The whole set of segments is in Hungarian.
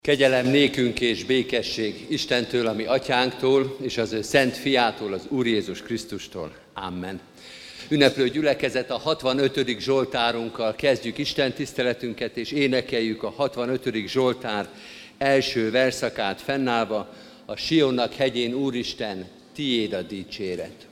Kegyelem nékünk és békesség Istentől, a mi atyánktól, és az ő szent fiától, az Úr Jézus Krisztustól. Amen. Ünneplő gyülekezet, a 65. Zsoltárunkkal kezdjük Isten tiszteletünket, és énekeljük a 65. Zsoltár első verszakát fennállva: a Sionnak hegyén, Úristen, tiéd a dicséret.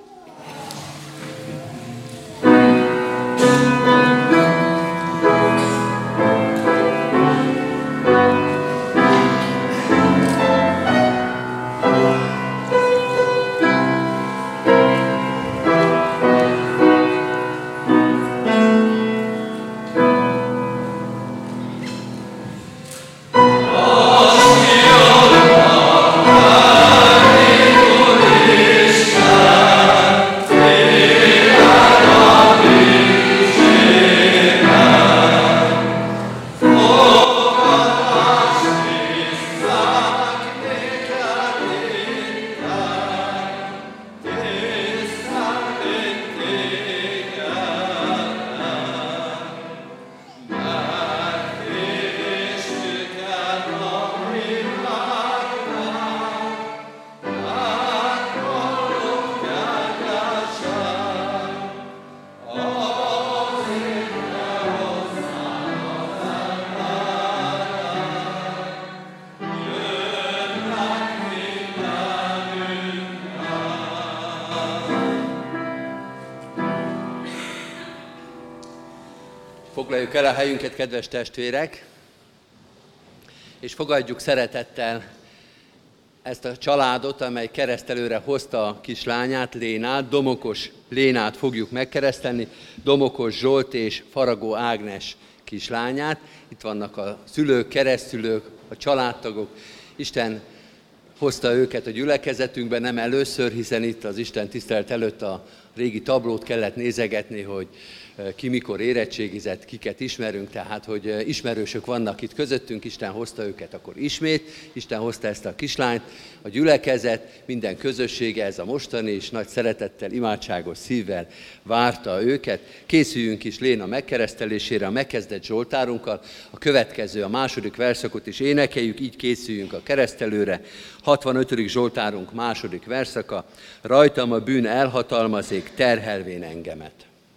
Foglaljuk el a helyünket, kedves testvérek, és fogadjuk szeretettel ezt a családot, amely keresztelőre hozta a kislányát, Lénát. Domokos Lénát fogjuk megkeresztelni, Domokos Zsolt és Faragó Ágnes kislányát. Itt vannak a szülők, keresztszülők, a családtagok. Isten hozta őket a gyülekezetünkbe, nem először, hiszen itt az Isten tisztelet előtt a régi tablót kellett nézegetni, hogy ki mikor érettségizett, kiket ismerünk, tehát hogy ismerősök vannak itt közöttünk, Isten hozta őket akkor ismét, Isten hozta ezt a kislányt, a gyülekezet, minden közössége, ez a mostani, és nagy szeretettel, imádságos szívvel várta őket. Készüljünk is Léna megkeresztelésére a megkezdett zsoltárunkkal, a következő, a második verszakot is énekeljük, így készüljünk a keresztelőre. 65. zsoltárunk második verszaka: rajtam a bűn elhatalmazik, terhelvén engemet.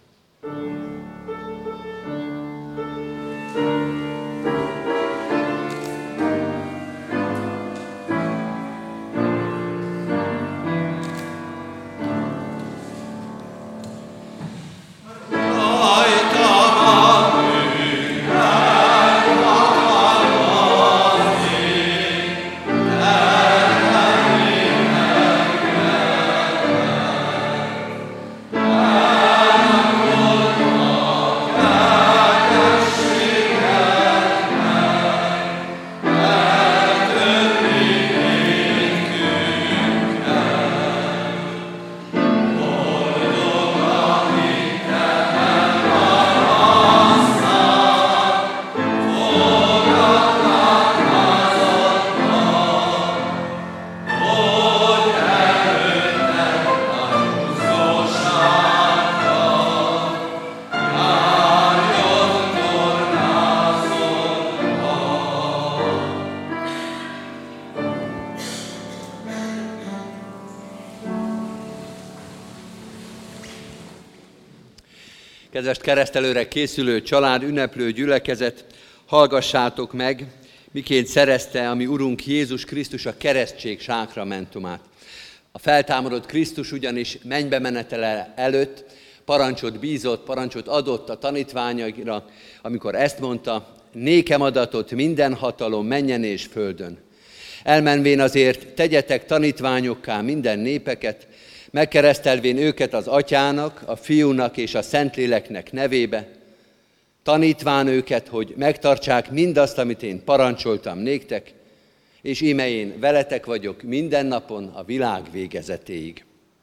Kedves keresztelőre készülő család, ünneplő gyülekezet, hallgassátok meg, miként szerezte a mi Urunk Jézus Krisztus a keresztség sákramentumát. A feltámadott Krisztus ugyanis mennybe menetele előtt parancsot adott a tanítványaira, amikor ezt mondta: nékem adatott minden hatalom mennyen és földön. Elmenvén azért tegyetek tanítványokká minden népeket, megkeresztelvén őket az Atyának, a Fiúnak és a Szentléleknek nevébe, tanítván őket, hogy megtartsák mindazt, amit én parancsoltam néktek, és íme én veletek vagyok minden napon a világ végezetéig.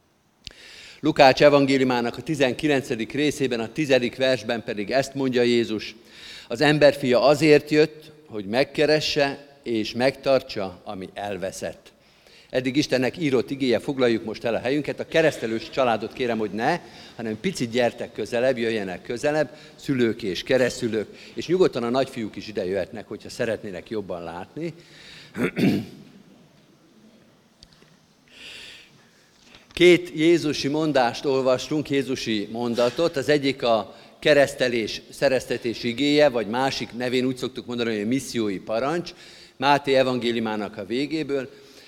Lukács evangéliumának a 19. részében, a 10. versben pedig ezt mondja Jézus: az emberfia azért jött, hogy megkeresse és megtartsa, ami elveszett. eddig Istennek írott igéje, foglaljuk most el a helyünket. A keresztelős családot kérem, hogy ne, hanem picit gyertek közelebb, jöjjenek közelebb, szülők és keresztülők, és nyugodtan a nagyfiúk is ide jöhetnek, hogyha szeretnének jobban látni. Két jézusi mondást olvastunk, jézusi mondatot. Az egyik a keresztelés, szereztetés igéje, vagy másik nevén úgy szoktuk mondani, hogy a missziói parancs, Máté evangéliumának a végéből.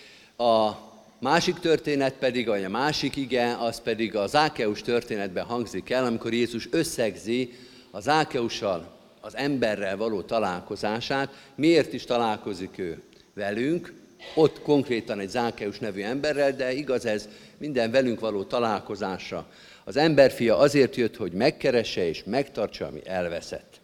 A másik történet pedig, vagy a másik ige, az pedig a Zákeus történetben hangzik el, amikor Jézus összegzi a Zákeussal, az emberrel való találkozását. Miért is találkozik ő velünk? Ott konkrétan egy Zákeus nevű emberrel, de igaz ez minden velünk való találkozásra. Az emberfia azért jött, hogy megkeresse és megtartsa, ami elveszett.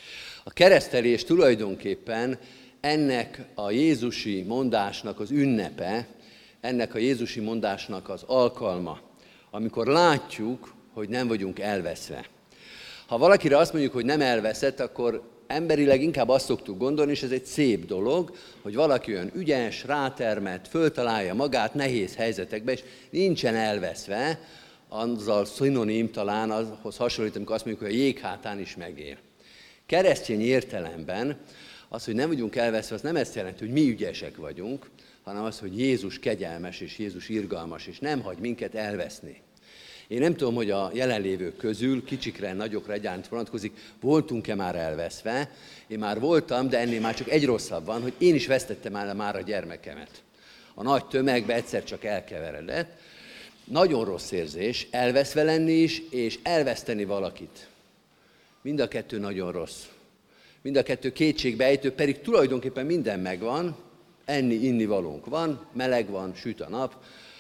A keresztelés tulajdonképpen ennek a jézusi mondásnak az ünnepe, ennek a jézusi mondásnak az alkalma, amikor látjuk, hogy nem vagyunk elveszve. Ha valakire azt mondjuk, hogy nem elveszett, akkor emberileg inkább azt szoktuk gondolni, és ez egy szép dolog, hogy valaki olyan ügyes, rátermett, föltalálja magát nehéz helyzetekbe, és nincsen elveszve, azzal szinonim talán ahhoz hasonlít, amikor azt mondjuk, hogy a jéghátán is megél. Keresztény értelemben az, hogy nem vagyunk elveszve, az nem ezt jelenti, hogy mi ügyesek vagyunk, hanem az, hogy Jézus kegyelmes és Jézus irgalmas, és nem hagy minket elveszni. Én nem tudom, hogy a jelenlévők közül, kicsikre, nagyokra egyaránt vonatkozik, voltunk-e már elveszve. Én már voltam, de ennél már csak egy rosszabb van, hogy én is vesztettem el már a gyermekemet. A nagy tömegbe egyszer csak elkeveredett. Nagyon rossz érzés elveszve lenni is, és elveszteni valakit. Mind a kettő nagyon rossz. Mind a kettő kétségbeejtő, pedig tulajdonképpen minden megvan, enni, inni valónk van, meleg van, süt a nap,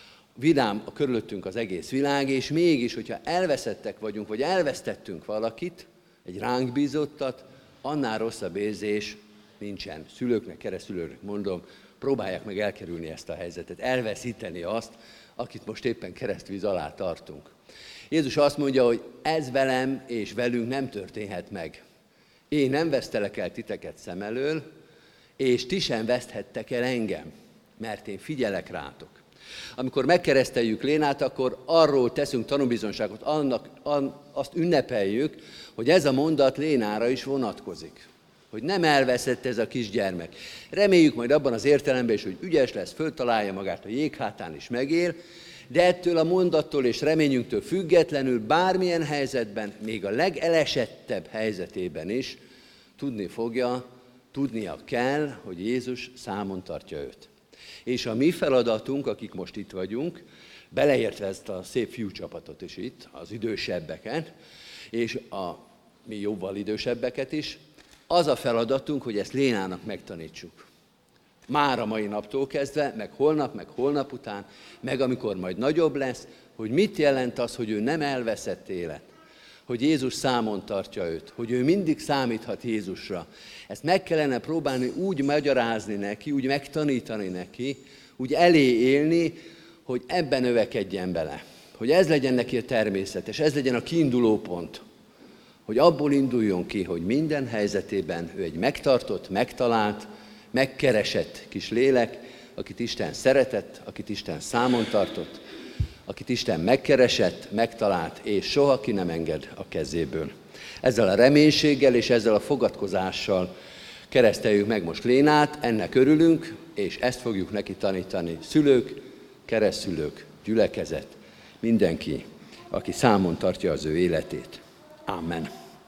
vidám a körülöttünk az egész világ, és mégis, hogyha elveszettek vagyunk, vagy elvesztettünk valakit, egy ránk bízottat, annál rosszabb érzés nincsen. Szülőknek, keresztülőknek mondom, próbálják meg elkerülni ezt a helyzetet, elveszíteni azt, akit most éppen keresztvíz alá tartunk. Jézus azt mondja, hogy ez velem és velünk nem történhet meg. Én nem vesztelek el titeket szem elől, és ti sem veszthettek el engem, mert én figyelek rátok. Amikor megkereszteljük Lénát, akkor arról teszünk tanúbizonyságot, azt ünnepeljük, hogy ez a mondat Lénára is vonatkozik. Hogy nem elveszett ez a kisgyermek. Reméljük majd abban az értelemben is, hogy ügyes lesz, föltalálja magát a jéghátán is megél, de ettől a mondattól és reményünktől függetlenül bármilyen helyzetben, még a legelesettebb helyzetében is tudnia kell, hogy Jézus számon tartja őt. És a mi feladatunk, akik most itt vagyunk, beleértve ezt a szép fiúcsapatot is itt, az idősebbeket, és a mi jóval idősebbeket is, az a feladatunk, hogy ezt Lénának megtanítsuk. Már a mai naptól kezdve, meg holnap után, meg amikor majd nagyobb lesz, hogy mit jelent az, hogy ő nem elveszett élet, hogy Jézus számon tartja őt, hogy ő mindig számíthat Jézusra. Ezt meg kellene próbálni úgy magyarázni neki, úgy megtanítani neki, úgy elé élni, hogy ebben növekedjen bele. Hogy ez legyen neki a természetes, ez legyen a kiinduló pont. Hogy abból induljon ki, hogy minden helyzetében ő egy megtartott, megtalált, megkeresett kis lélek, akit Isten szeretett, akit Isten számon tartott, akit Isten megkeresett, megtalált, és soha ki nem enged a kezéből. Ezzel a reménységgel és ezzel a fogadkozással kereszteljük meg most Lénát, ennek örülünk, és ezt fogjuk neki tanítani. Szülők, keresztszülők, gyülekezet, mindenki, aki számon tartja az ő életét. Amen.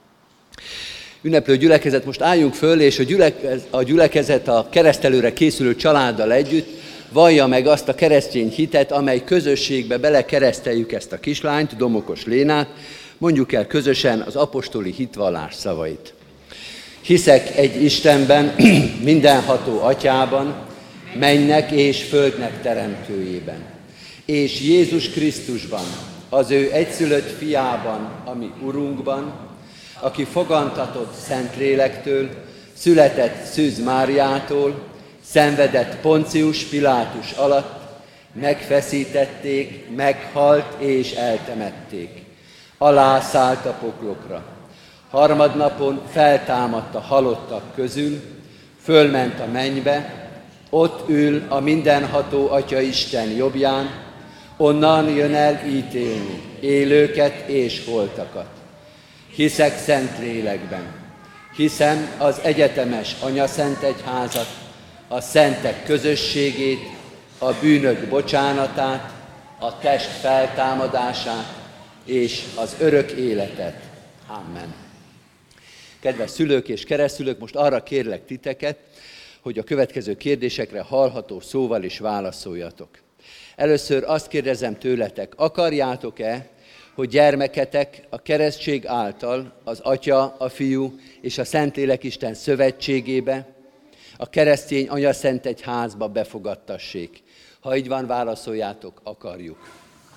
Ünneplő gyülekezet, most álljunk föl, és a gyülekezet a keresztelőre készülő családdal együtt vallja meg azt a keresztény hitet, amely közösségbe belekereszteljük ezt a kislányt, Domokos Lénát, mondjuk el közösen az apostoli hitvallás szavait. Hiszek egy Istenben, mindenható Atyában, mennynek és földnek teremtőjében, és Jézus Krisztusban, az ő egyszülött fiában, ami Urunkban, aki fogantatott Szentlélektől, született Szűz Máriától, szenvedett Poncius Pilátus alatt, megfeszítették, meghalt és eltemették. Alászállt a poklokra. Harmadnapon feltámadt a halottak közül, fölment a mennybe, Ott ül a mindenható Atya Isten jobbján, onnan jön el ítélni élőket és holtakat. Hiszek szent lélekben, hiszem az egyetemes Anyaszent Egyházat, a szentek közösségét, a bűnök bocsánatát, a test feltámadását és az örök életet. Amen. Kedves szülők és keresztszülők, most arra kérlek titeket, hogy a következő kérdésekre hallható szóval is válaszoljatok. Először azt kérdezem tőletek, akarjátok-e, hogy gyermeketek a keresztség által az Atya, a Fiú és a Szentlélek Isten szövetségébe, a keresztény Anyaszent Egyházba befogadtassék? Ha így van, válaszoljátok, akarjuk.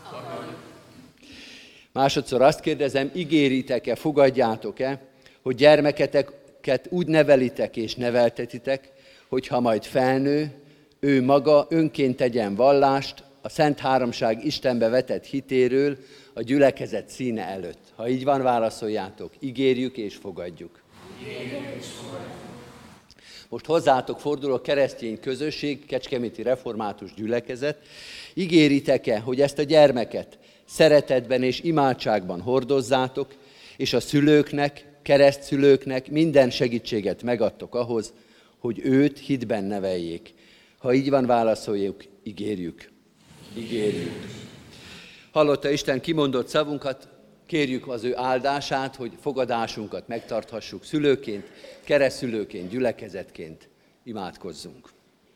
Másodszor azt kérdezem, ígéritek-e, fogadjátok-e, hogy gyermeketeket úgy nevelitek és neveltetitek, hogy ha majd felnő, ő maga önként tegyen vallást a Szent Háromság Istenbe vetett hitéről a gyülekezet színe előtt. Ha így van, válaszoljátok, ígérjük és fogadjuk. Most hozzátok fordul a keresztény közösség, Kecskeméti Református Gyülekezet. Ígéritek-e, hogy ezt a gyermeket szeretetben és imádságban hordozzátok, és a szülőknek, keresztszülőknek minden segítséget megadtok ahhoz, hogy őt hitben neveljék? Ha így van, válaszoljuk, ígérjük. Ígérjük. Hallotta Isten kimondott szavunkat, kérjük az ő áldását, hogy fogadásunkat megtarthassuk szülőként, keresztszülőként, gyülekezetként. Imádkozzunk.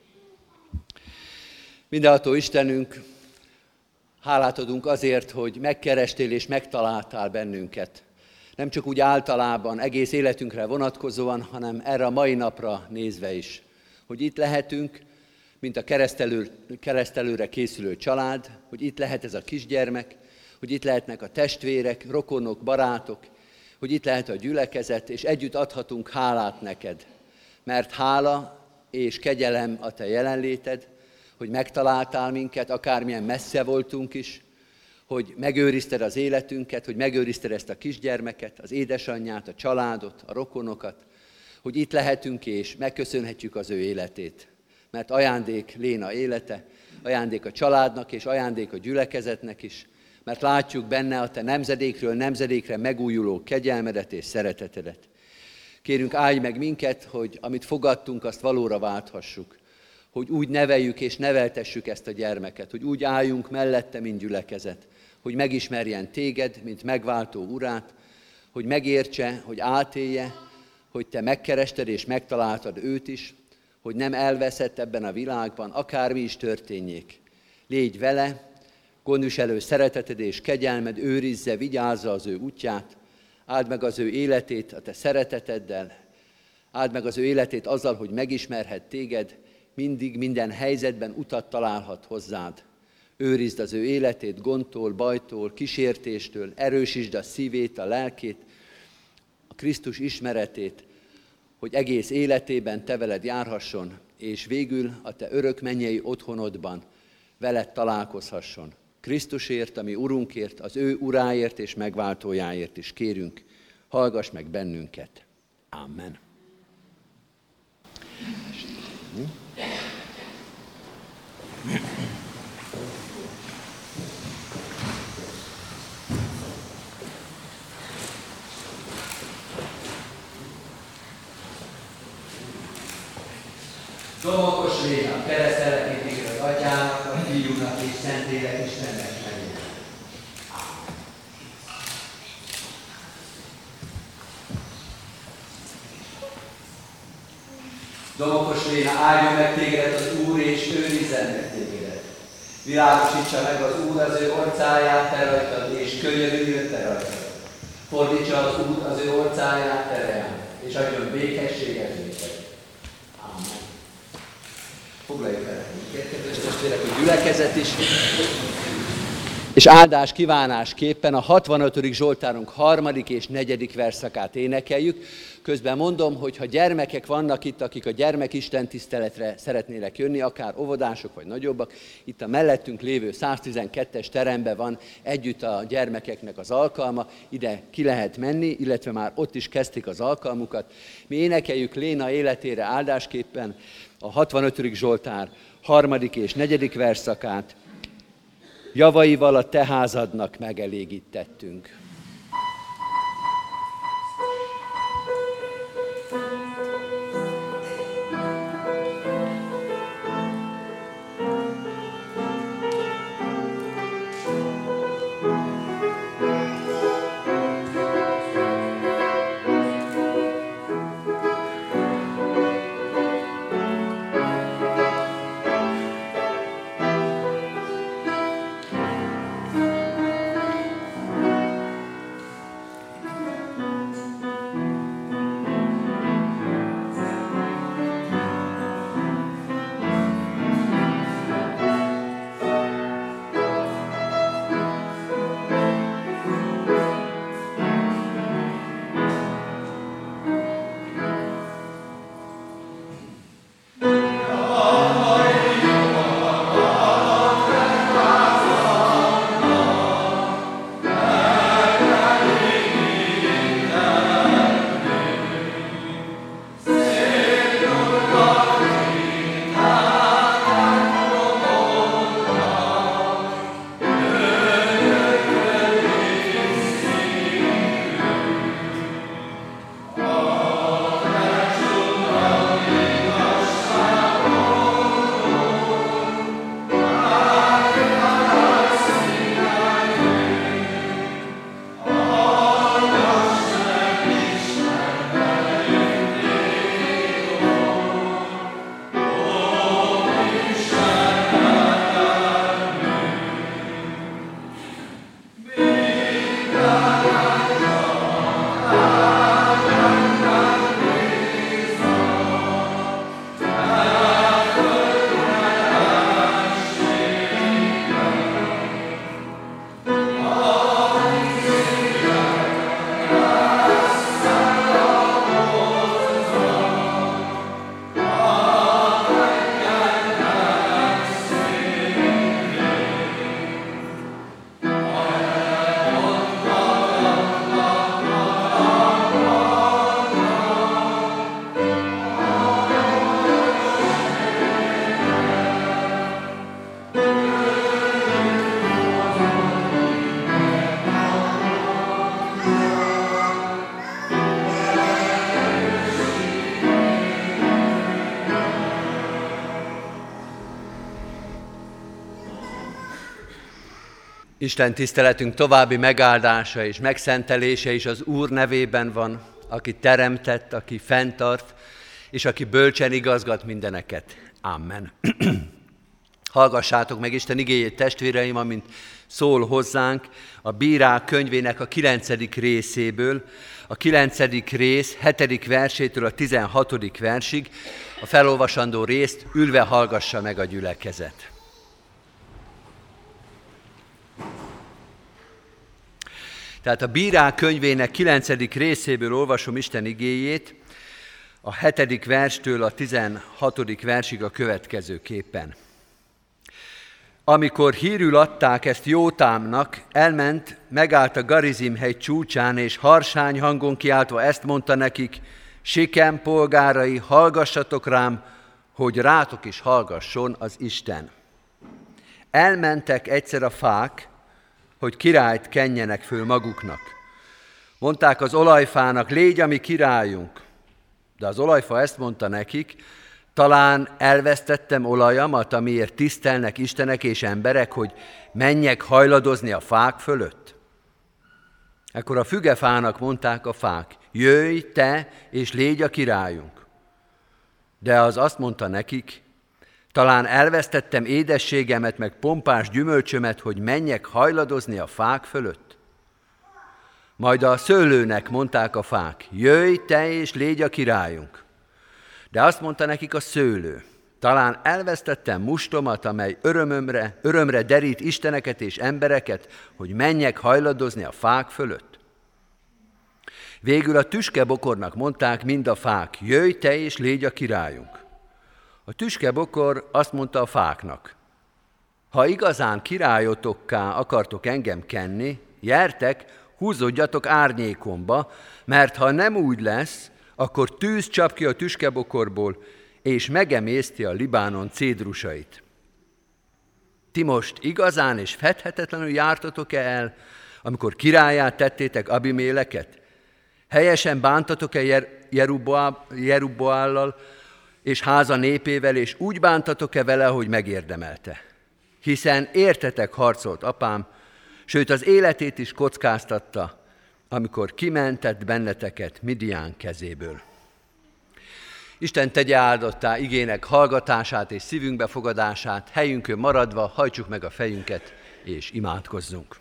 Mindenható Istenünk, hálát adunk azért, hogy megkerestél és megtaláltál bennünket. Nem csak úgy általában, egész életünkre vonatkozóan, hanem erre a mai napra nézve is. Hogy itt lehetünk, mint a keresztelőre készülő család, hogy itt lehet ez a kisgyermek, hogy itt lehetnek a testvérek, rokonok, barátok, hogy itt lehet a gyülekezet, és együtt adhatunk hálát neked. Mert hála és kegyelem a te jelenléted, hogy megtaláltál minket, akármilyen messze voltunk is, hogy megőrizted az életünket, hogy megőrizted ezt a kisgyermeket, az édesanyját, a családot, a rokonokat, hogy itt lehetünk és megköszönhetjük az ő életét. Mert ajándék Léna élete, ajándék a családnak és ajándék a gyülekezetnek is, mert látjuk benne a te nemzedékről nemzedékre megújuló kegyelmedet és szeretetedet. Kérünk, állj meg minket, hogy amit fogadtunk, azt valóra válthassuk, hogy úgy neveljük és neveltessük ezt a gyermeket, hogy úgy álljunk mellette, mint gyülekezet, hogy megismerjen téged, mint megváltó urát, hogy megértse, hogy átélje, hogy te megkerested és megtaláltad őt is, hogy nem elveszett ebben a világban, akármi is történjék. Légy vele, gondviselő szereteted és kegyelmed őrizze, vigyázza az ő útját, áld meg az ő életét a te szereteteddel, áld meg az ő életét azzal, hogy megismerhet téged, mindig, minden helyzetben utat találhat hozzád. Őrizd az ő életét gondtól, bajtól, kísértéstől, erősítsd a szívét, a lelkét, a Krisztus ismeretét, hogy egész életében te veled járhasson, és végül a te örök mennyei otthonodban veled találkozhasson. Krisztusért, ami Urunkért, az ő uráért és megváltójáért is kérünk, hallgass meg bennünket. Amen. Domokos Léna, kereszteltetik az Atyának, a Fiúnak és Szentlélek Istennek nevében. Domokos Léna, áldjon meg tégedet az Úr, és őrizzen meg tégedet. Világosítsa meg az Úr az ő orcáját te rajtad, és könyörüljön te rajtad. Fordítsa az Úr az ő orcáját te reám, és adjon békességet néked. Amen. Foglaljuk el minket, kedves testvérek, a gyülekezet is. És áldás kívánásképpen a 65. Zsoltárunk 3. és 4. verszakát énekeljük. Közben mondom, hogy ha gyermekek vannak itt, akik a gyermekisten tiszteletre szeretnének jönni, akár óvodások vagy nagyobbak, itt a mellettünk lévő 112-es teremben van együtt a gyermekeknek az alkalma, ide ki lehet menni, illetve már ott is kezdték az alkalmukat. Mi énekeljük Léna életére áldásképpen a 65. Zsoltár 3. és 4. verszakát. Javaival a te házadnak megelégítettünk. Isten tiszteletünk további megáldása és megszentelése is az Úr nevében van, aki teremtett, aki fenntart, és aki bölcsen igazgat mindeneket. Amen. Hallgassátok meg Isten igéjét, testvéreim, amint szól hozzánk a Bírák könyvének a 9. részéből, a 9. rész 7. versétől a 16. versig. A felolvasandó részt ülve hallgassa meg a gyülekezet. Tehát a Bírák könyvének 9. részéből olvasom Isten igéjét, a 7. verstől a 16. versig a következőképpen. Amikor hírül adták ezt Jótámnak, elment, megállt a Garizim hegy csúcsán, és harsány hangon kiáltva ezt mondta nekik: Sikem polgárai, hallgassatok rám, hogy rátok is hallgasson az Isten. Elmentek egyszer a fák, hogy királyt kenjenek föl maguknak. Mondták az olajfának: légy a mi királyunk. De az olajfa ezt mondta nekik: talán elvesztettem olajamat, amiért tisztelnek istenek és emberek, hogy menjek hajladozni a fák fölött? Ekkor a fügefának mondták a fák: jöjj te, és légy a királyunk. De az azt mondta nekik: talán elvesztettem édességemet, meg pompás gyümölcsömet, hogy menjek hajladozni a fák fölött? Majd a szőlőnek mondták a fák: jöjj te, és légy a királyunk. De azt mondta nekik a szőlő: Talán elvesztettem mustomat, amely örömre derít isteneket és embereket, hogy menjek hajladozni a fák fölött? Végül a tüskebokornak mondták mind a fák, jöjj te és légy a királyunk. A tüskebokor azt mondta a fáknak, ha igazán királyotokká akartok engem kenni, gyertek, húzódjatok árnyékomba, mert ha nem úgy lesz, akkor tűz csap ki a tüskebokorból, és megemészti a Libánon cédrusait. Ti most igazán és fedhetetlenül jártatok-e el, amikor királlyá tettétek Abiméleket? Helyesen bántatok-e Jerubbaállal és háza népével, és úgy bántatok-e vele, hogy megérdemelte? Hiszen értetek harcolt apám, sőt az életét is kockáztatta, amikor kimentett benneteket Midian kezéből. Isten tegye áldottá igének hallgatását és szívünkbe fogadását, helyünkön maradva hajtsuk meg a fejünket és imádkozzunk.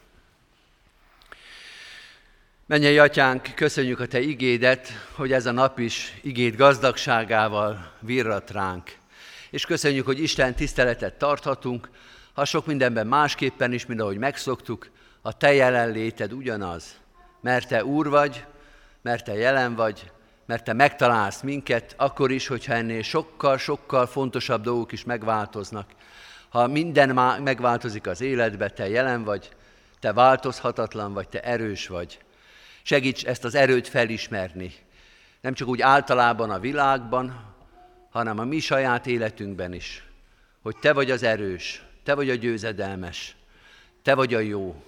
Mennyei Atyánk, köszönjük a Te igédet, hogy ez a nap is igéd gazdagságával virrat ránk. És köszönjük, hogy Isten tiszteletet tarthatunk, ha sok mindenben másképpen is, mint ahogy megszoktuk, a Te jelenléted ugyanaz. Mert Te Úr vagy, mert Te jelen vagy, mert Te megtalálsz minket, akkor is, hogyha ennél sokkal-sokkal fontosabb dolgok is megváltoznak. Ha minden megváltozik az életbe, Te jelen vagy, Te változhatatlan vagy, Te erős vagy. Segíts ezt az erőt felismerni. Nem csak úgy általában a világban, hanem a mi saját életünkben is. Hogy Te vagy az erős, Te vagy a győzedelmes, Te vagy a jó.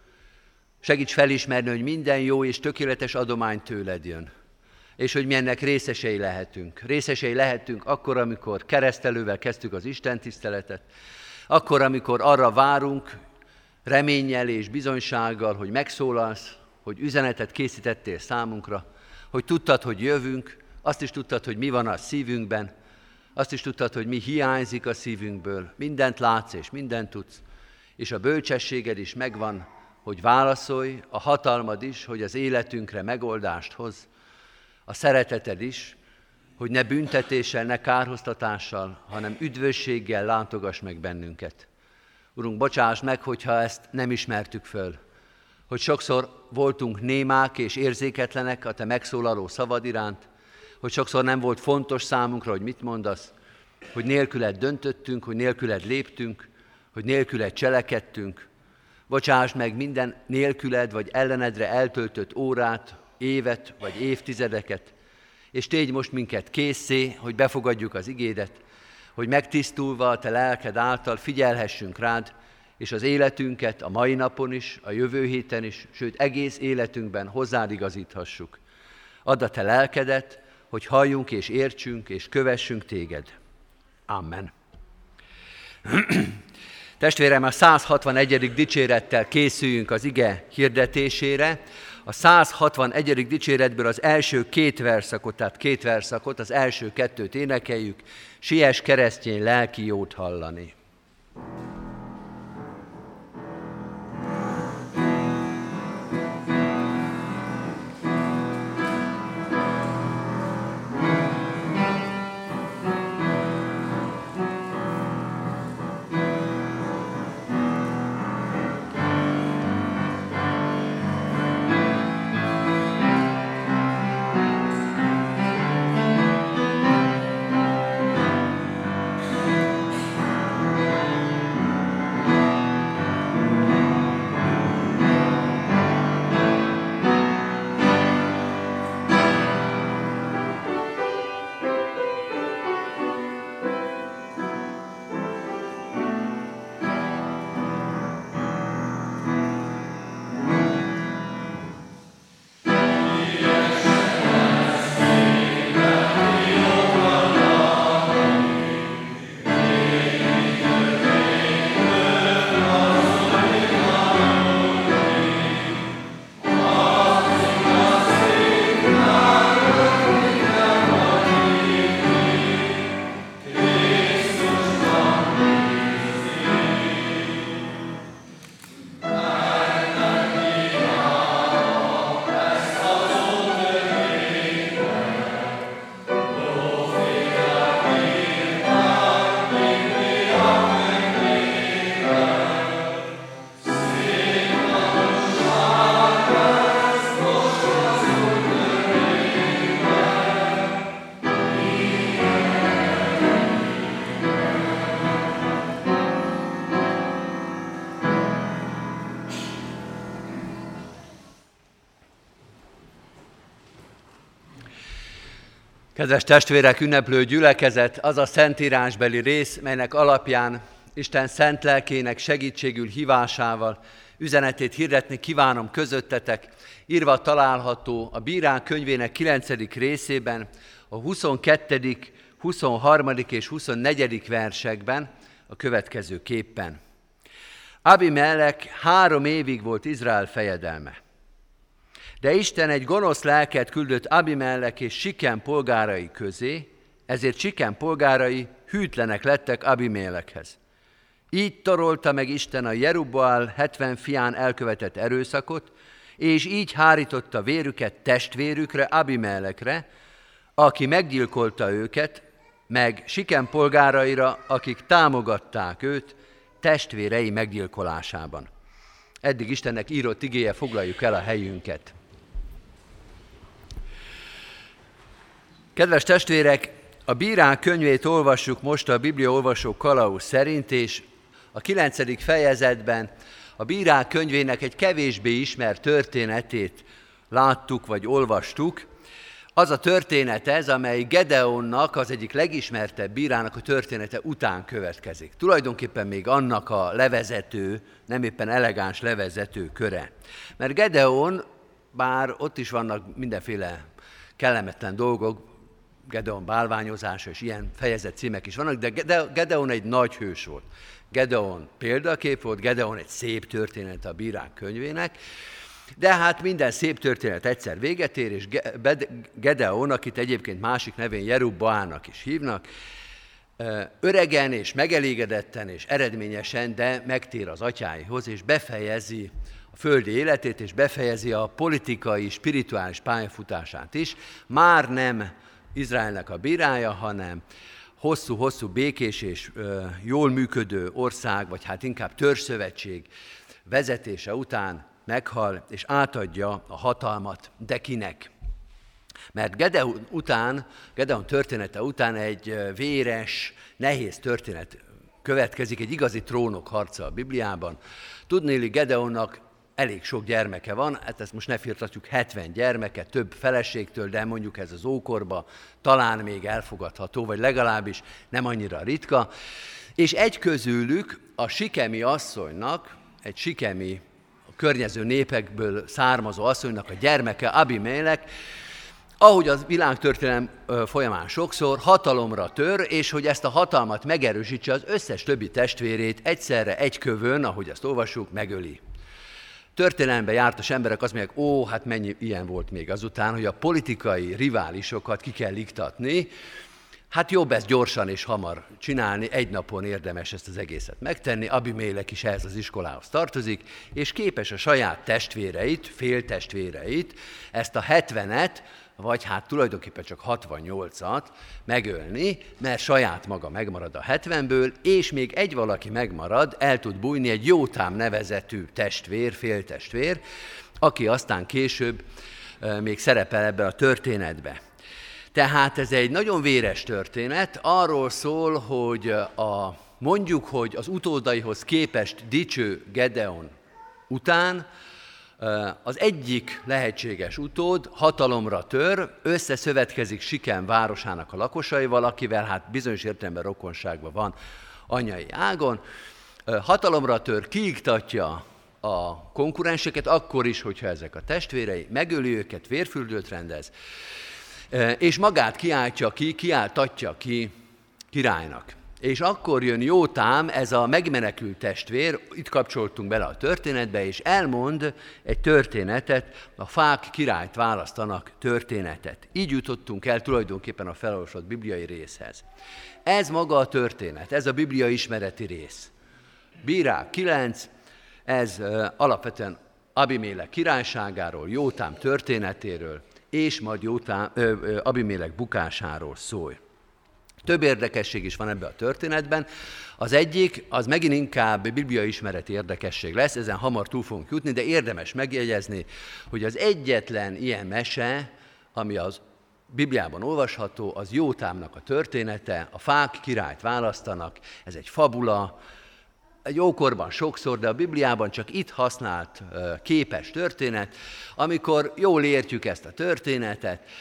Segíts felismerni, hogy minden jó és tökéletes adomány tőled jön. És hogy mi ennek részesei lehetünk. Részesei lehetünk akkor, amikor keresztelővel kezdtük az istentiszteletet, akkor, amikor arra várunk reménnyel és bizonysággal, hogy megszólalsz, hogy üzenetet készítettél számunkra, hogy tudtad, hogy jövünk, azt is tudtad, hogy mi van a szívünkben, azt is tudtad, hogy mi hiányzik a szívünkből, mindent látsz és mindent tudsz, és a bölcsességed is megvan, hogy válaszolj, a hatalmad is, hogy az életünkre megoldást hoz, a szereteted is, hogy ne büntetéssel, ne kárhoztatással, hanem üdvösséggel látogass meg bennünket. Urunk, bocsáss meg, hogyha ezt nem ismertük föl, hogy sokszor voltunk némák és érzéketlenek a Te megszólaló szavad iránt, hogy sokszor nem volt fontos számunkra, hogy mit mondasz, hogy nélküled döntöttünk, hogy nélküled léptünk, hogy nélküled cselekedtünk. Bocsáss meg minden nélküled vagy ellenedre eltöltött órát, évet vagy évtizedeket, és tégy most minket készé, hogy befogadjuk az igédet, hogy megtisztulva a Te lelked által figyelhessünk rád, és az életünket a mai napon is, a jövő héten is, sőt egész életünkben hozzád igazíthassuk. Add a Te lelkedet, hogy halljunk és értsünk és kövessünk Téged. Amen. Testvérem, a 161. dicsérettel készüljünk az ige hirdetésére. A 161. dicséretből az első két verszakot, az első kettőt énekeljük. Siess keresztény lelki jót hallani. Kedves testvérek, ünneplő gyülekezet, az a szentírásbeli rész, melynek alapján Isten szent lelkének segítségül hívásával üzenetét hirdetni kívánom közöttetek, írva található a Bírák könyvének 9. részében, a 22., 23. és 24. versekben a következő képpen. Abimelek 3 évig volt Izrael fejedelme. De Isten egy gonosz lelket küldött Abimelek és Sikem polgárai közé, ezért Sikem polgárai hűtlenek lettek Abimelekhez. Így torolta meg Isten a Jerubbaál 70 fián elkövetett erőszakot, és így hárította vérüket testvérükre, Abimelekre, aki meggyilkolta őket, meg Sikem polgáraira, akik támogatták őt testvérei meggyilkolásában. Eddig Istennek írott igéje, foglaljuk el a helyünket. Kedves testvérek, a Bírák könyvét olvassuk most a Biblia olvasó kalauz szerint, és a 9. fejezetben a Bírák könyvének egy kevésbé ismert történetét láttuk, vagy olvastuk. Az a történet ez, amely Gedeonnak, az egyik legismertebb bírának a története után következik. Tulajdonképpen még annak a levezető, nem éppen elegáns levezető köre. Mert Gedeon, bár ott is vannak mindenféle kellemetlen dolgok, Gedeon bálványozása és ilyen fejezet címek is vannak, de Gedeon egy nagy hős volt. Gedeon példakép volt, Gedeon egy szép történet a Bírák könyvének, de hát minden szép történet egyszer véget ér, és Gedeon, akit egyébként másik nevén Jerubbaálnak is hívnak, öregen és megelégedetten és eredményesen, de megtér az atyáihoz, és befejezi a földi életét, és befejezi a politikai, spirituális pályafutását is. Már nem Izraelnek a bírája, hanem hosszú-hosszú békés és jól működő ország, vagy hát inkább törzsszövetség vezetése után meghal, és átadja a hatalmat, de kinek? Mert Gedeon története után egy véres, nehéz történet következik, egy igazi trónok harca a Bibliában. Tudnéli, Gedeonnak elég sok gyermeke van, hát ezt most ne firtatjuk, 70 gyermeke, több feleségtől, de mondjuk ez az ókorban talán még elfogadható, vagy legalábbis nem annyira ritka. És egy közülük a sikemi asszonynak, egy sikemi környező népekből származó asszonynak a gyermeke, Abimelek, ahogy az világtörténelem folyamán sokszor, hatalomra tör, és hogy ezt a hatalmat megerősítse, az összes többi testvérét egyszerre egy kövön, ahogy azt olvassuk, megöli. Történelemben jártas emberek azt mondják, hát mennyi ilyen volt még azután, hogy a politikai riválisokat ki kell iktatni, hát jobb ezt gyorsan és hamar csinálni, egy napon érdemes ezt az egészet megtenni. Abimelek is ehhez az iskolához tartozik, és képes a saját testvéreit, féltestvéreit, ezt a 70-et, vagy hát tulajdonképpen csak 68-at megölni, mert saját maga megmarad a 70-ből, és még egy valaki megmarad, el tud bújni, egy Jótám nevezetű testvér, féltestvér, aki aztán később még szerepel ebben a történetben. Tehát ez egy nagyon véres történet, arról szól, hogy mondjuk, hogy az utódaihoz képest dicső Gedeon után az egyik lehetséges utód hatalomra tör, összeszövetkezik Sikem városának a lakosaival, akivel hát bizonyos értelemben rokonságban van anyai ágon, hatalomra tör, kiiktatja a konkurenseket, akkor is, hogyha ezek a testvérei, megöli őket, vérfürdőt rendez, és magát kiáltatja ki királynak. És akkor jön Jótám, ez a megmenekült testvér, itt kapcsoltunk bele a történetbe, és elmond egy történetet, a fák királyt választanak történetet. Így jutottunk el tulajdonképpen a felolvasott bibliai részhez. Ez maga a történet, ez a biblia ismereti rész. Bírák 9, ez alapvetően Abimelek királyságáról, Jótám történetéről, és majd Abimelek bukásáról szól. Több érdekesség is van ebben a történetben. Az egyik, az megint inkább bibliai ismereti érdekesség lesz, ezen hamar túl fogunk jutni, de érdemes megjegyezni, hogy az egyetlen ilyen mese, ami az Bibliában olvasható, az Jótámnak a története, a fák királyt választanak, ez egy fabula, egy ókorban sokszor, de a Bibliában csak itt használt képes történet, amikor jól értjük ezt a történetet.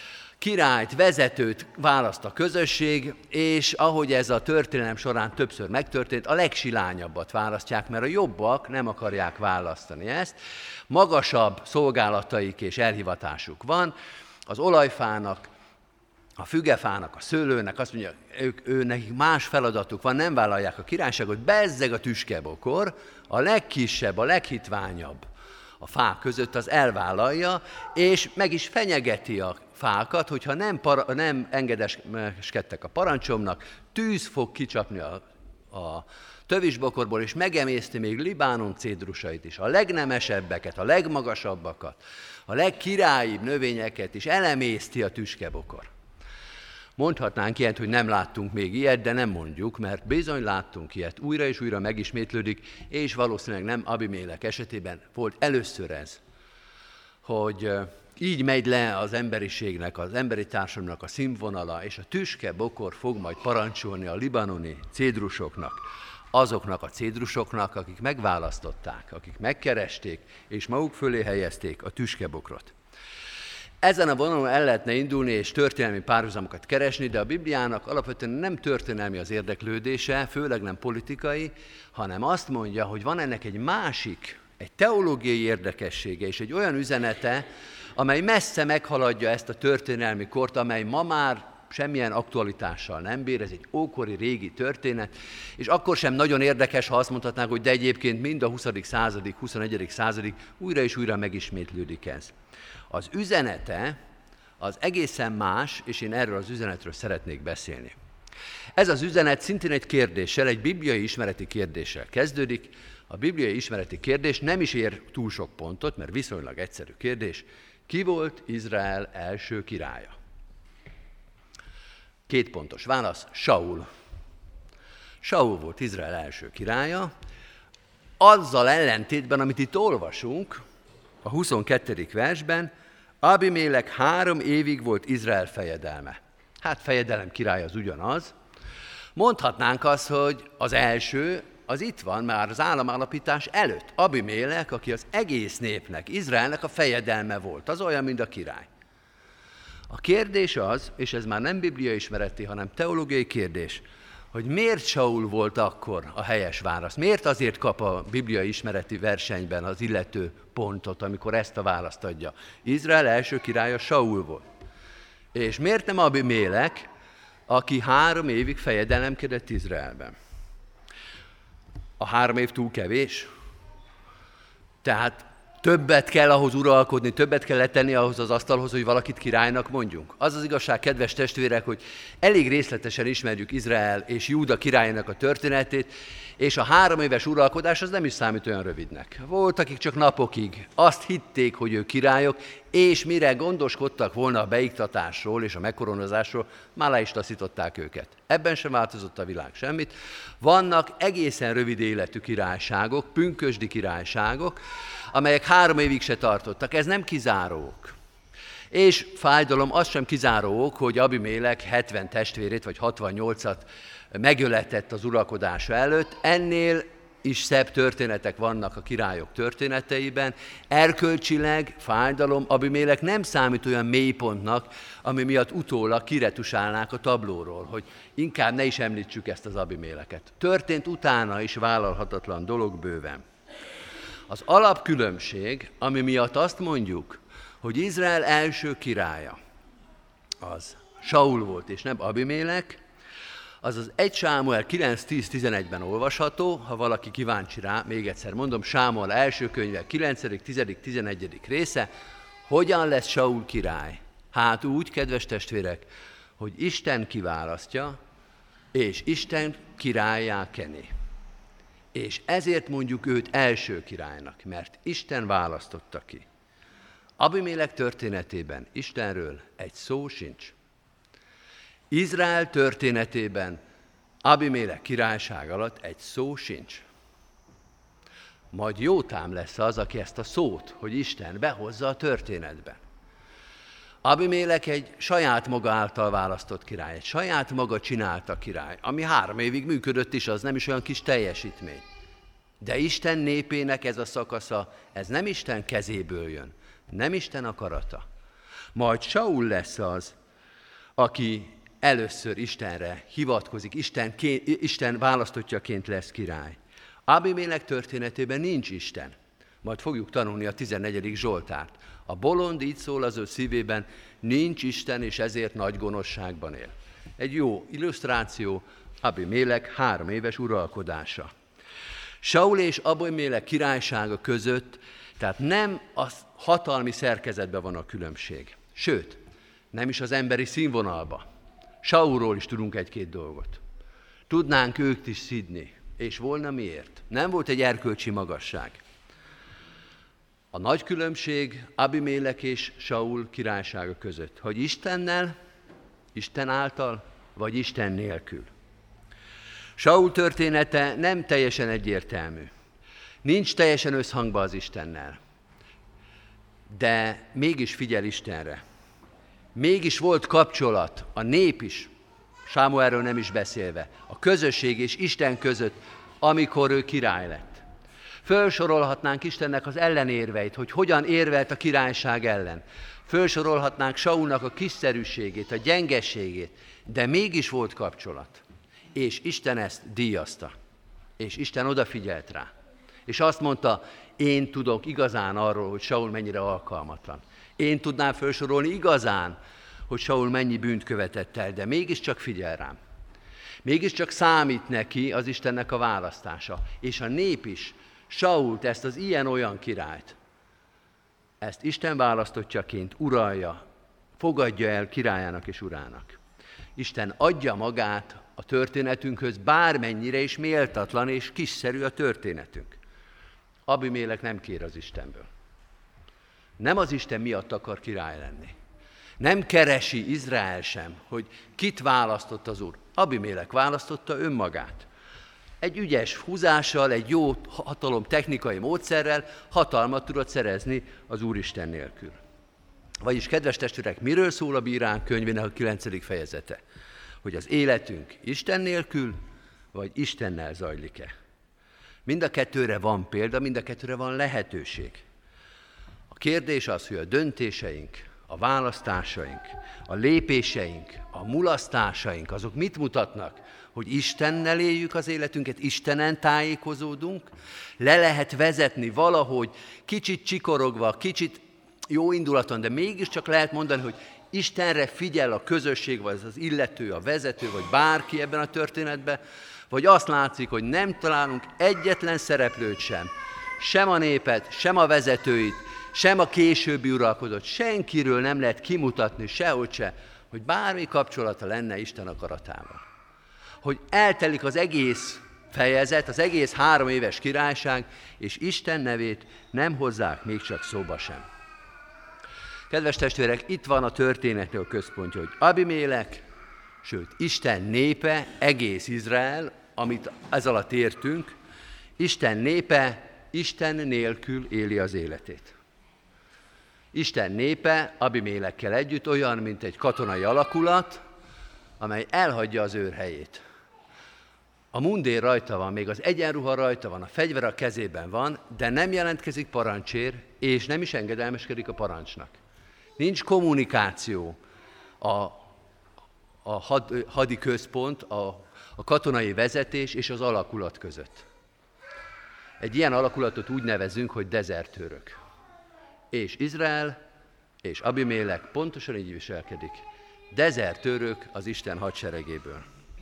királyt, vezetőt választ a közösség, és ahogy ez a történelem során többször megtörtént, a legsilányabbat választják, mert a jobbak nem akarják választani ezt. Magasabb szolgálataik és elhivatásuk van, az olajfának, a fügefának, a szőlőnek, azt mondja, nekik más feladatuk van, nem vállalják a királyságot, bezzeg a tüskebokor, a legkisebb, a leghitványabb a fák között az elvállalja, és meg is fenyegeti a fákat, hogyha nem engedeskedtek a parancsomnak, tűz fog kicsapni a tövisbokorból, és megemészti még Libánon cédrusait is, a legnemesebbeket, a legmagasabbakat, a legkirályibb növényeket is elemészti a tüskebokor. Mondhatnánk ilyet, hogy nem láttunk még ilyet, de nem mondjuk, mert bizony láttunk ilyet. Újra és újra megismétlődik, és valószínűleg nem Abimélek esetében volt először ez, hogy így megy le az emberiségnek, az emberi társadalomnak a színvonala, és a tüskebokor fog majd parancsolni a libanoni cédrusoknak, azoknak a cédrusoknak, akik megválasztották, akik megkeresték, és maguk fölé helyezték a tüskebokrot. Ezen a vonalon el lehetne indulni és történelmi párhuzamokat keresni, de a Bibliának alapvetően nem történelmi az érdeklődése, főleg nem politikai, hanem azt mondja, hogy van ennek egy másik, egy teológiai érdekessége és egy olyan üzenete, amely messze meghaladja ezt a történelmi kort, amely ma már semmilyen aktualitással nem bír, ez egy ókori, régi történet, és akkor sem nagyon érdekes, ha azt mondhatnánk, hogy de egyébként mind a 20. századig, 21. századig újra és újra megismétlődik ez. Az üzenete az egészen más, és én erről az üzenetről szeretnék beszélni. Ez az üzenet szintén egy kérdéssel, egy bibliai ismereti kérdéssel kezdődik. A bibliai ismereti kérdés nem is ér túl sok pontot, mert viszonylag egyszerű kérdés. Ki volt Izrael első királya? 2 pontos válasz, Saul. Saul volt Izrael első királya. Azzal ellentétben, amit itt olvasunk, a 22. versben, Abimélek 3 évig volt Izrael fejedelme. Hát fejedelem király az ugyanaz. Mondhatnánk azt, hogy az első, az itt van már az államalapítás előtt. Abimélek, aki az egész népnek, Izraelnek a fejedelme volt. Az olyan, mint a király. A kérdés az, és ez már nem bibliai ismereti, hanem teológiai kérdés, hogy miért Saul volt akkor a helyes válasz? Miért azért kap a bibliai ismereti versenyben az illető pontot, amikor ezt a választ adja? Izrael első királya Saul volt. És miért nem Abimélek, aki 3 évig fejedelemkedett Izraelben? A 3 év túl kevés? Tehát többet kell ahhoz uralkodni, többet kell letenni ahhoz az asztalhoz, hogy valakit királynak mondjunk. Az az igazság, kedves testvérek, hogy elég részletesen ismerjük Izrael és Júda királyának a történetét, és a 3 éves uralkodás az nem is számít olyan rövidnek. Volt, akik csak napokig azt hitték, hogy ők királyok, és mire gondoskodtak volna a beiktatásról és a megkoronázásról, már le is taszították őket. Ebben sem változott a világ semmit. Vannak egészen rövid életű királyságok, pünkösdi királyságok, amelyek 3 évig se tartottak. Ez nem kizáró ok. És fájdalom, az sem kizáró ok, hogy Abimélek 70 testvérét vagy 68-at megöletett az uralkodása előtt. Ennél is szebb történetek vannak a királyok történeteiben. Erkölcsileg, fájdalom, Abimélek nem számít olyan mélypontnak, ami miatt utólag kiretusálnák a tablóról, hogy inkább ne is említsük ezt az Abiméleket. Történt utána is vállalhatatlan dolog bőven. Az alapkülönbség, ami miatt azt mondjuk, hogy Izrael első királya, az Saul volt és nem Abimélek, az az 1 Sámuel 9-10-11-ben olvasható, ha valaki kíváncsi rá, még egyszer mondom, Sámuel első könyve 9., 10., 11. része, hogyan lesz Saul király? Hát úgy, kedves testvérek, hogy Isten kiválasztja, és Isten királlyá keni. És ezért mondjuk őt első királynak, mert Isten választotta ki. Abimélek történetében Istenről egy szó sincs. Izrael történetében Abimélek királyság alatt egy szó sincs. Majd Jótám lesz az, aki ezt a szót, hogy Isten behozza a történetbe. Abimélek egy saját maga által választott király, egy saját maga csinálta király, ami 3 évig működött is, az nem is olyan kis teljesítmény. De Isten népének ez a szakasza, ez nem Isten kezéből jön, nem Isten akarata. Majd Saul lesz az, aki először Istenre hivatkozik, Isten választottjaként lesz király. Abimélek történetében nincs Isten. Majd fogjuk tanulni a 14. Zsoltárt. A bolond így szól az ő szívében, nincs Isten, és ezért nagy gonoszságban él. Egy jó illusztráció, Abimélek 3 éves uralkodása. Saul és Abimélek királysága között, tehát nem a hatalmi szerkezetben van a különbség. Sőt, nem is az emberi színvonalba. Saulról is tudunk egy-két dolgot. Tudnánk őt is szidni, és volna miért. Nem volt egy erkölcsi magasság. A nagy különbség Abimélek és Saul királysága között, hogy Istennel, Isten által, vagy Isten nélkül. Saul története nem teljesen egyértelmű. Nincs teljesen összhangban az Istennel. De mégis figyel Istenre. Mégis volt kapcsolat, a nép is, Sámuelről nem is beszélve, a közösség és Isten között, amikor ő király lett. Fölsorolhatnánk Istennek az ellenérveit, hogy hogyan érvelt a királyság ellen. Fölsorolhatnánk Saulnak a kiszerűségét, a gyengeségét, de mégis volt kapcsolat. És Isten ezt díjazta. És Isten odafigyelt rá. És azt mondta, én tudok igazán arról, hogy Saul mennyire alkalmatlan. Én tudnám felsorolni igazán, hogy Saul mennyi bűnt követett el, de mégiscsak figyel rám. Mégiscsak számít neki az Istennek a választása. És a nép is Sault, ezt az ilyen-olyan királyt, ezt Isten választottjaként uralja, fogadja el királyának és urának. Isten adja magát a történetünkhöz, bármennyire is méltatlan és kiszerű a történetünk. Abimélek nem kér az Istenből. Nem az Isten miatt akar király lenni. Nem keresi Izrael sem, hogy kit választott az Úr. Abimélek választotta önmagát. Egy ügyes húzással, egy jó hatalom technikai módszerrel hatalmat tudott szerezni az Úristen nélkül. Vagyis, kedves testvérek, miről szól a Bírák könyvének a 9. fejezete? Hogy az életünk Isten nélkül, vagy Istennel zajlik-e? Mind a kettőre van példa, mind a kettőre van lehetőség. A kérdés az, hogy a döntéseink, a választásaink, a lépéseink, a mulasztásaink, azok mit mutatnak? Hogy Istennel éljük az életünket, Istenen tájékozódunk, le lehet vezetni valahogy, kicsit csikorogva, kicsit jó indulaton, de mégiscsak lehet mondani, hogy Istenre figyel a közösség, vagy az illető, a vezető, vagy bárki ebben a történetben, vagy azt látszik, hogy nem találunk egyetlen szereplőt sem a népet, sem a vezetőit, sem a későbbi uralkodót, senkiről nem lehet kimutatni, sehogy se, hogy bármi kapcsolata lenne Isten akaratával. Hogy eltelik az egész fejezet, az egész 3 éves királyság, és Isten nevét nem hozzák még csak szóba sem. Kedves testvérek, itt van a történetnek a központja, hogy Abimélek, sőt, Isten népe, egész Izrael, amit ez alatt értünk, Isten népe Isten nélkül éli az életét. Isten népe Abimélekkel együtt olyan, mint egy katonai alakulat, amely elhagyja az őrhelyét. A mundér rajta van, még az egyenruha rajta van, a fegyver a kezében van, de nem jelentkezik parancsér, és nem is engedelmeskedik a parancsnak. Nincs kommunikáció a hadi központ, a katonai vezetés és az alakulat között. Egy ilyen alakulatot úgy nevezünk, hogy dezertőrök. És Izrael és Abimélek pontosan így viselkedik. Dezertőrök az Isten hadseregéből.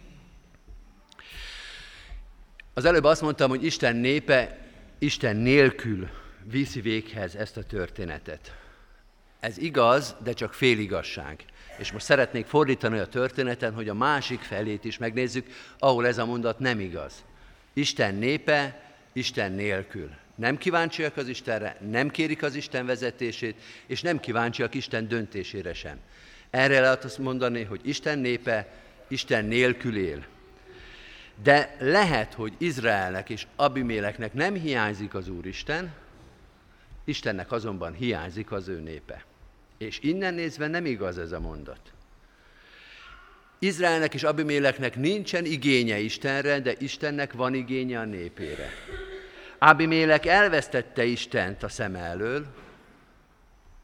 Az előbb azt mondtam, hogy Isten népe Isten nélkül viszi véghez ezt a történetet. Ez igaz, de csak féligazság. És most szeretnék fordítani a történeten, hogy a másik felét is megnézzük, ahol ez a mondat nem igaz. Isten népe Isten nélkül. Nem kíváncsiak az Istenre, nem kérik az Isten vezetését, és nem kíváncsiak Isten döntésére sem. Erre lehet azt mondani, hogy Isten népe Isten nélkül él. De lehet, hogy Izraelnek és Abiméleknek nem hiányzik az Úristen, Istennek azonban hiányzik az ő népe. És innen nézve nem igaz ez a mondat. Izraelnek és Abiméleknek nincsen igénye Istenre, de Istennek van igénye a népére. Abimélek elvesztette Istent a szem elől,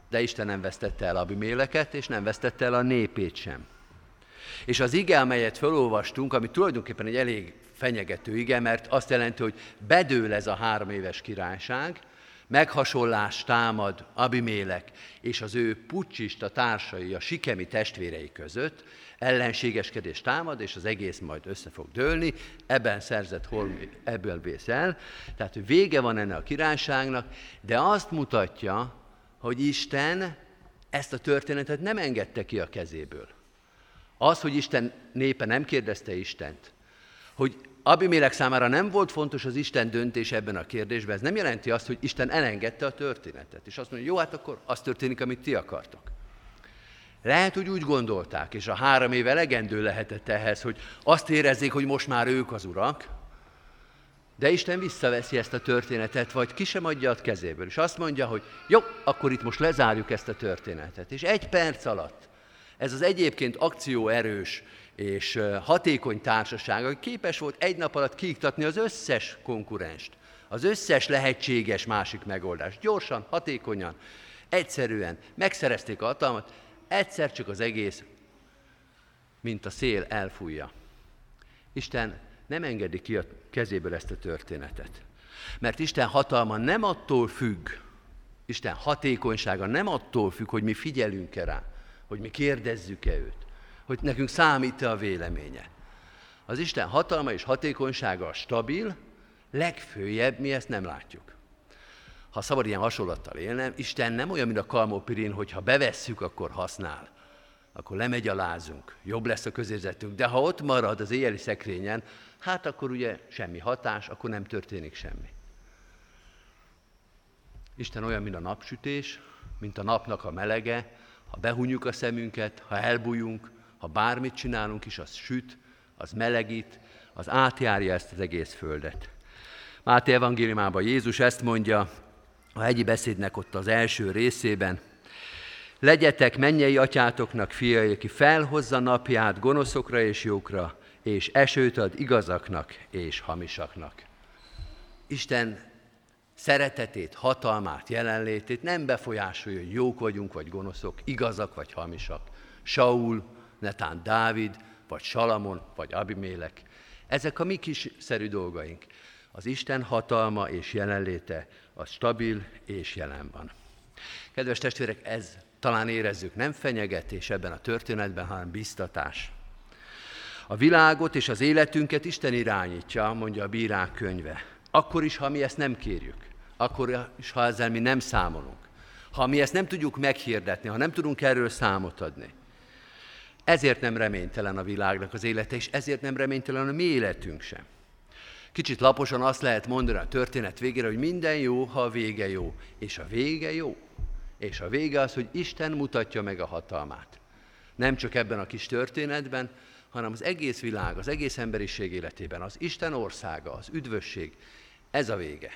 De Isten nem vesztette el Abiméleket, és nem vesztette el a népét sem. És az ige, amelyet felolvastunk, ami tulajdonképpen egy elég fenyegető ige, mert azt jelenti, hogy bedől ez a 3 éves királyság, meghasonlás támad Abimélek és az ő puccsista társai, a sikemi testvérei között, ellenségeskedés támad, és az egész majd össze fog dőlni, ebben szerzett holmi, ebből vész el. Tehát, hogy vége van ennek a királyságnak, de azt mutatja, hogy Isten ezt a történetet nem engedte ki a kezéből. Az, hogy Isten népe nem kérdezte Istent, hogy Abimélek számára nem volt fontos az Isten döntés ebben a kérdésben, ez nem jelenti azt, hogy Isten elengedte a történetet. És azt mondja, jó, hát akkor az történik, amit ti akartok. Lehet, hogy úgy gondolták, és a 3 év elegendő lehetett ehhez, hogy azt érezzék, hogy most már ők az urak, de Isten visszaveszi ezt a történetet, vagy ki sem adja a kezéből. És azt mondja, hogy jó, akkor itt most lezárjuk ezt a történetet. És 1 perc alatt ez az egyébként akcióerős és hatékony társaság, aki képes volt 1 nap alatt kiiktatni az összes konkurenst, az összes lehetséges másik megoldást. Gyorsan, hatékonyan, egyszerűen megszerezték a hatalmat, egyszer csak az egész, mint a szél elfújja. Isten nem engedi ki a kezéből ezt a történetet. Mert Isten hatalma nem attól függ, Isten hatékonysága nem attól függ, hogy mi figyelünk-e rá, hogy mi kérdezzük-e őt, hogy nekünk számít-e a véleménye. Az Isten hatalma és hatékonysága stabil, legfőjebb mi ezt nem látjuk. Ha szabad ilyen hasonlattal élnem, Isten nem olyan, mint a kalmópirin, hogy ha bevesszük, akkor használ. Akkor lemegyalázunk, jobb lesz a közérzetünk, de ha ott marad az éjjeli szekrényen, hát akkor ugye semmi hatás, akkor nem történik semmi. Isten olyan, mint a napsütés, mint a napnak a melege, ha behunjuk a szemünket, ha elbújunk, ha bármit csinálunk is, az süt, az melegít, az átjárja ezt az egész földet. Máté evangéliumában Jézus ezt mondja, a hegyi beszédnek ott az első részében, legyetek mennyei atyátoknak fiai, aki felhozza napját gonoszokra és jókra, és esőt ad igazaknak és hamisaknak. Isten szeretetét, hatalmát, jelenlétét nem befolyásolja, hogy jók vagyunk, vagy gonoszok, igazak, vagy hamisak. Saul, netán Dávid, vagy Salamon, vagy Abimélek. Ezek a mi kisszerű dolgaink. Az Isten hatalma és jelenléte az stabil és jelen van. Kedves testvérek, ez talán érezzük nem fenyegetés ebben a történetben, hanem biztatás. A világot és az életünket Isten irányítja, mondja a Bírák könyve. Akkor is, ha mi ezt nem kérjük. Akkor is, ha ezzel mi nem számolunk. Ha mi ezt nem tudjuk meghirdetni, ha nem tudunk erről számot adni. Ezért nem reménytelen a világnak az élete, és ezért nem reménytelen a mi életünk sem. Kicsit laposan azt lehet mondani a történet végére, hogy minden jó, ha a vége jó. És a vége jó. És a vége az, hogy Isten mutatja meg a hatalmát. Nem csak ebben a kis történetben, hanem az egész világ, az egész emberiség életében. Az Isten országa, az üdvösség, ez a vége.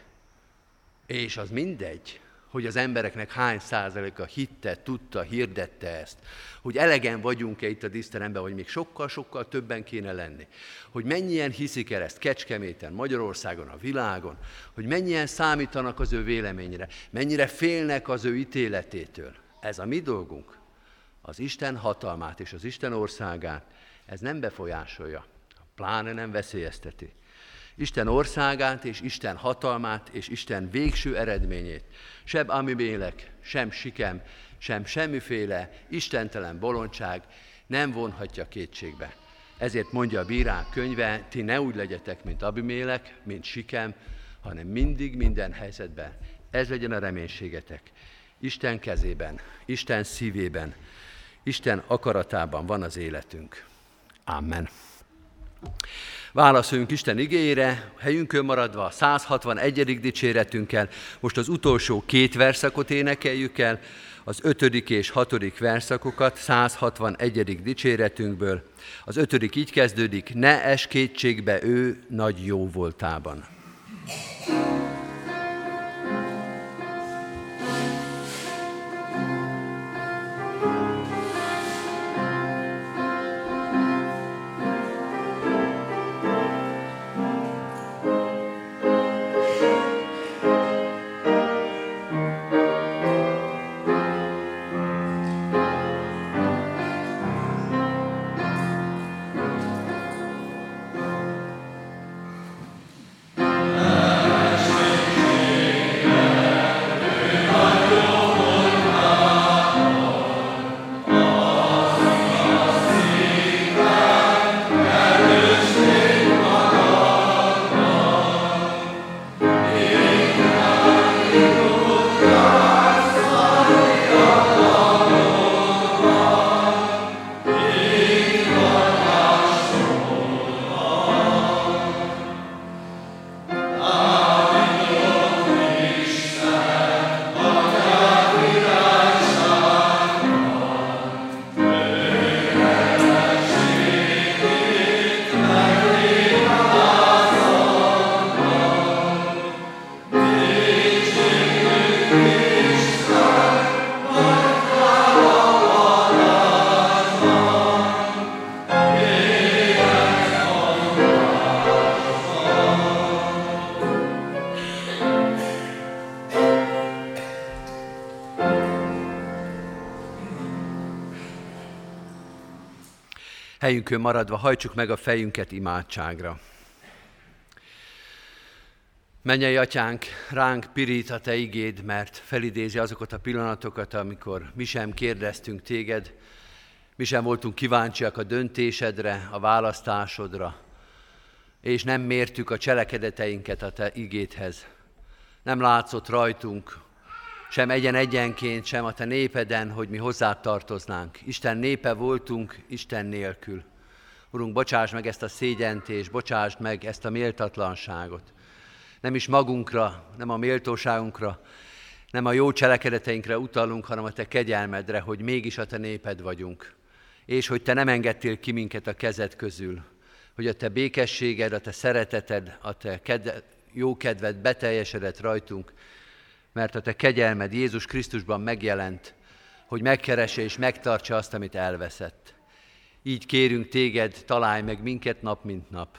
És az mindegy, hogy az embereknek hány százaléka hitte, tudta, hirdette ezt, hogy elegen vagyunk-e itt a díszteremben, hogy még sokkal-sokkal többen kéne lenni, hogy mennyien hiszik el ezt Kecskeméten, Magyarországon, a világon, hogy mennyien számítanak az ő véleményre, mennyire félnek az ő ítéletétől. Ez a mi dolgunk. Az Isten hatalmát és az Isten országát, ez nem befolyásolja, pláne nem veszélyezteti. Isten országát és Isten hatalmát és Isten végső eredményét sem Abimélek, sem Sikem, sem semmiféle istentelen bolondság nem vonhatja kétségbe. Ezért mondja a Bírák könyve, ti ne úgy legyetek, mint Abimélek, mint Sikem, hanem mindig, minden helyzetben. Ez legyen a reménységetek. Isten kezében, Isten szívében, Isten akaratában van az életünk. Amen. Válaszoljunk Isten igéjére, helyünkön maradva a 161. dicséretünkkel. Most az utolsó 2 verszakot énekeljük el, az 5. és 6. verszakokat 161. dicséretünkből. Az 5. így kezdődik, ne ess kétségbe ő nagy jó voltában. Helyünkön maradva hajtsuk meg a fejünket imádságra. Mennyei Atyánk, ránk pirít a Te igéd, mert felidézi azokat a pillanatokat, amikor mi sem kérdeztünk Téged, mi sem voltunk kíváncsiak a döntésedre, a választásodra, és nem mértük a cselekedeteinket a Te igédhez. Nem látszott rajtunk, sem egyenként, sem a Te népeden, hogy mi hozzád tartoznánk. Isten népe voltunk, Isten nélkül. Urunk, bocsáss meg ezt a szégyent, és bocsásd meg ezt a méltatlanságot. Nem is magunkra, nem a méltóságunkra, nem a jó cselekedeteinkre utalunk, hanem a Te kegyelmedre, hogy mégis a Te néped vagyunk. És hogy Te nem engedtél ki minket a kezed közül. Hogy a Te békességed, a Te szereteted, a Te jó kedved beteljesedett rajtunk, mert a Te kegyelmed Jézus Krisztusban megjelent, hogy megkeresse és megtartsa azt, amit elveszett. Így kérünk Téged, találj meg minket nap mint nap,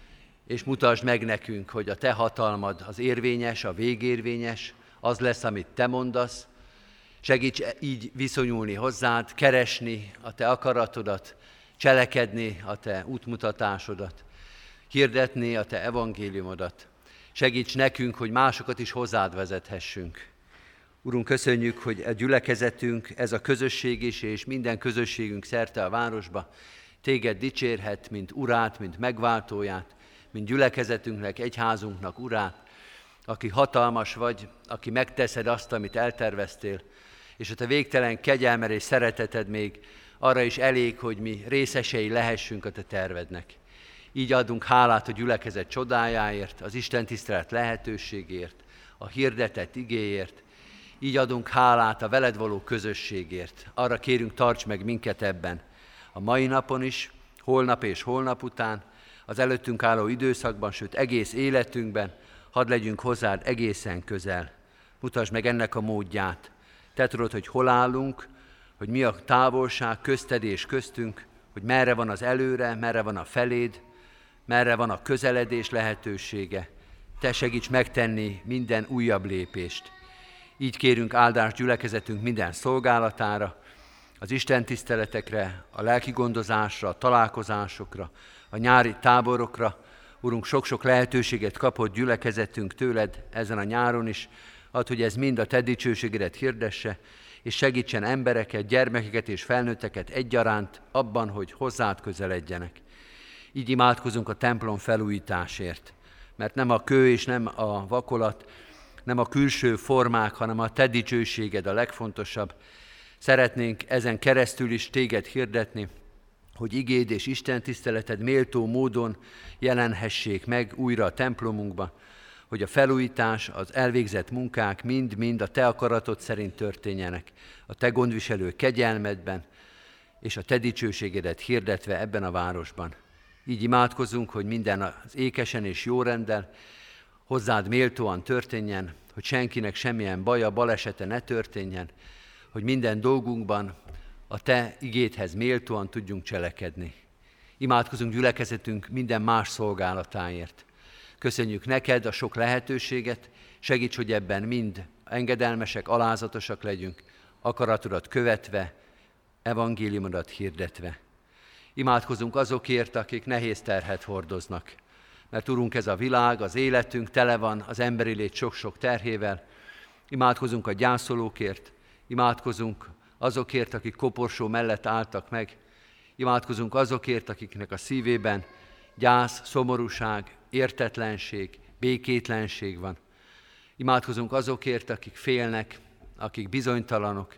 és mutasd meg nekünk, hogy a Te hatalmad az érvényes, a végérvényes, az lesz, amit Te mondasz. Segíts így viszonyulni hozzád, keresni a Te akaratodat, cselekedni a Te útmutatásodat, hirdetni a Te evangéliumodat. Segíts nekünk, hogy másokat is hozzád vezethessünk. Urunk, köszönjük, hogy a gyülekezetünk, ez a közösség is, és minden közösségünk szerte a városba Téged dicsérhet, mint Urát, mint megváltóját, mint gyülekezetünknek, egyházunknak Urát, aki hatalmas vagy, aki megteszed azt, amit elterveztél, és a Te végtelen kegyelmed és szereteted még arra is elég, hogy mi részesei lehessünk a Te tervednek. Így adunk hálát a gyülekezet csodájáért, az istentisztelet lehetőségért, a hirdetett igéért. Így adunk hálát a veled való közösségért. Arra kérünk, tarts meg minket ebben. A mai napon is, holnap és holnap után, az előttünk álló időszakban, sőt egész életünkben, hadd legyünk hozzád egészen közel. Mutasd meg ennek a módját. Te tudod, hogy hol állunk, hogy mi a távolság közted és köztünk, hogy merre van az előre, merre van a feléd, merre van a közeledés lehetősége. Te segíts megtenni minden újabb lépést. Így kérünk áldást gyülekezetünk minden szolgálatára, az istentiszteletekre, a lelki gondozásra, a találkozásokra, a nyári táborokra. Urunk, sok-sok lehetőséget kapott gyülekezetünk tőled ezen a nyáron is, add, hogy ez mind a Te dicsőségedet hirdesse, és segítsen embereket, gyermekeket és felnőtteket egyaránt abban, hogy hozzád közeledjenek. Így imádkozunk a templom felújításért, mert nem a kő és nem a vakolat, nem a külső formák, hanem a Te dicsőséged a legfontosabb. Szeretnénk ezen keresztül is Téged hirdetni, hogy igéd és istentiszteleted méltó módon jelenhessék meg újra a templomunkba, hogy a felújítás, az elvégzett munkák mind-mind a Te akaratod szerint történjenek, a Te gondviselő kegyelmedben, és a Te dicsőségedet hirdetve ebben a városban. Így imádkozunk, hogy minden az ékesen és jó renddel hozzád méltóan történjen, hogy senkinek semmilyen baja, balesete ne történjen, hogy minden dolgunkban a Te igédhez méltóan tudjunk cselekedni. Imádkozunk gyülekezetünk minden más szolgálatáért. Köszönjük neked a sok lehetőséget, segíts, hogy ebben mind engedelmesek, alázatosak legyünk, akaratodat követve, evangéliumodat hirdetve. Imádkozunk azokért, akik nehéz terhet hordoznak. Mert Urunk, ez a világ, az életünk tele van az emberi lét sok-sok terhével. Imádkozunk a gyászolókért, imádkozunk azokért, akik koporsó mellett álltak meg. Imádkozunk azokért, akiknek a szívében gyász, szomorúság, értetlenség, békétlenség van. Imádkozunk azokért, akik félnek, akik bizonytalanok,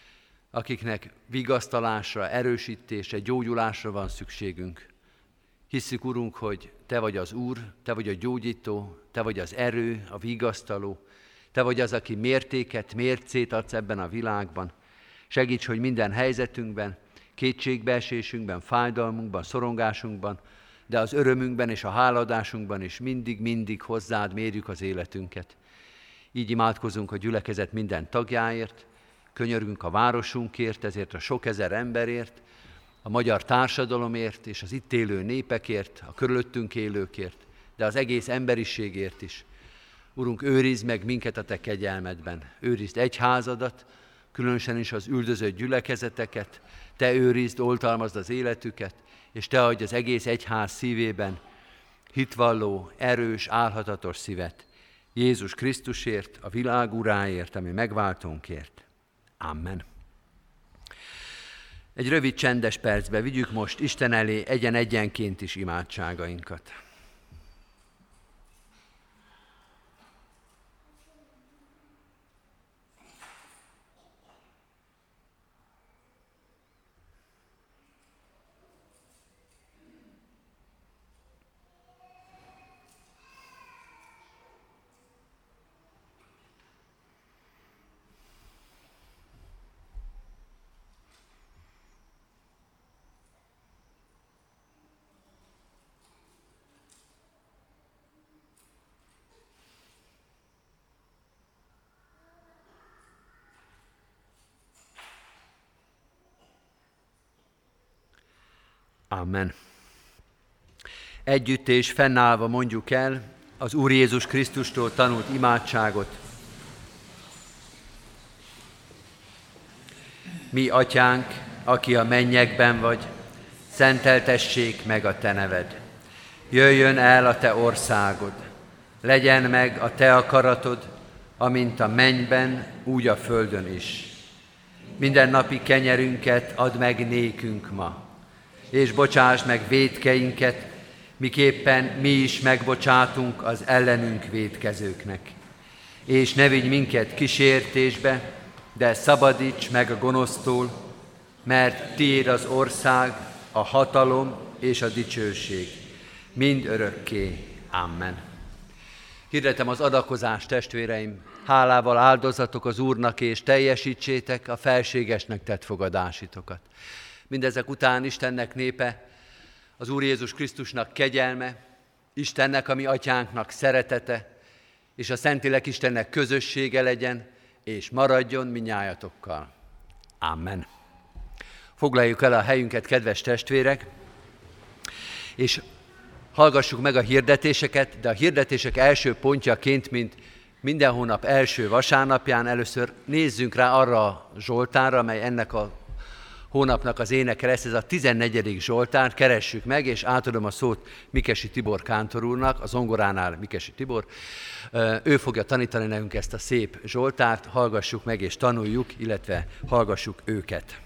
akiknek vigasztalásra, erősítésre, gyógyulásra van szükségünk. Hisszük, Urunk, hogy Te vagy az Úr, Te vagy a gyógyító, Te vagy az erő, a vigasztaló, Te vagy az, aki mértéket, mércét adsz ebben a világban. Segíts, hogy minden helyzetünkben, kétségbeesésünkben, fájdalmunkban, szorongásunkban, de az örömünkben és a háladásunkban is mindig hozzád mérjük az életünket. Így imádkozunk a gyülekezet minden tagjáért, könyörgünk a városunkért, ezért a sok ezer emberért, a magyar társadalomért és az itt élő népekért, a körülöttünk élőkért, de az egész emberiségért is. Urunk, őrizd meg minket a Te kegyelmedben, őrizd egyházadat, különösen is az üldözött gyülekezeteket, Te őrizd, oltalmazd az életüket, és Te adj az egész egyház szívében hitvalló, erős, álhatatos szívet. Jézus Krisztusért, a világ uráért, ami megváltónkért. Amen. Egy rövid csendes percbe vigyük most Isten elé egyenként is imádságainkat. Amen. Együtt és fennállva mondjuk el az Úr Jézus Krisztustól tanult imádságot. Mi atyánk, aki a mennyekben vagy, szenteltessék meg a te neved. Jöjjön el a te országod. Legyen meg a te akaratod, amint a mennyben, úgy a földön is. Minden napi kenyerünket add meg nékünk ma, és bocsáss meg vétkeinket, miképpen mi is megbocsátunk az ellenünk vétkezőknek. És ne vigy minket kísértésbe, de szabadíts meg a gonosztól, mert tiéd az ország, a hatalom és a dicsőség, mind örökké. Amen. Hirdetem az adakozást, testvéreim, hálával áldozatok az Úrnak, és teljesítsétek a felségesnek tett fogadásitokat. Mindezek után Istennek népe, az Úr Jézus Krisztusnak kegyelme, Istennek, a mi atyánknak szeretete, és a Szentlélek Istennek közössége legyen, és maradjon mindnyájatokkal. Amen. Foglaljuk el a helyünket, kedves testvérek, és hallgassuk meg a hirdetéseket, de a hirdetések első pontjaként, mint minden hónap első vasárnapján, először nézzünk rá arra a Zsoltárra, amely ennek a hónapnak az éneke lesz, ez a 14. Zsoltár, keressük meg, és átadom a szót Mikesi Tibor kántor úrnak, a zongoránál Mikesi Tibor. Ő fogja tanítani nekünk ezt a szép Zsoltárt, hallgassuk meg és tanuljuk, illetve hallgassuk őket.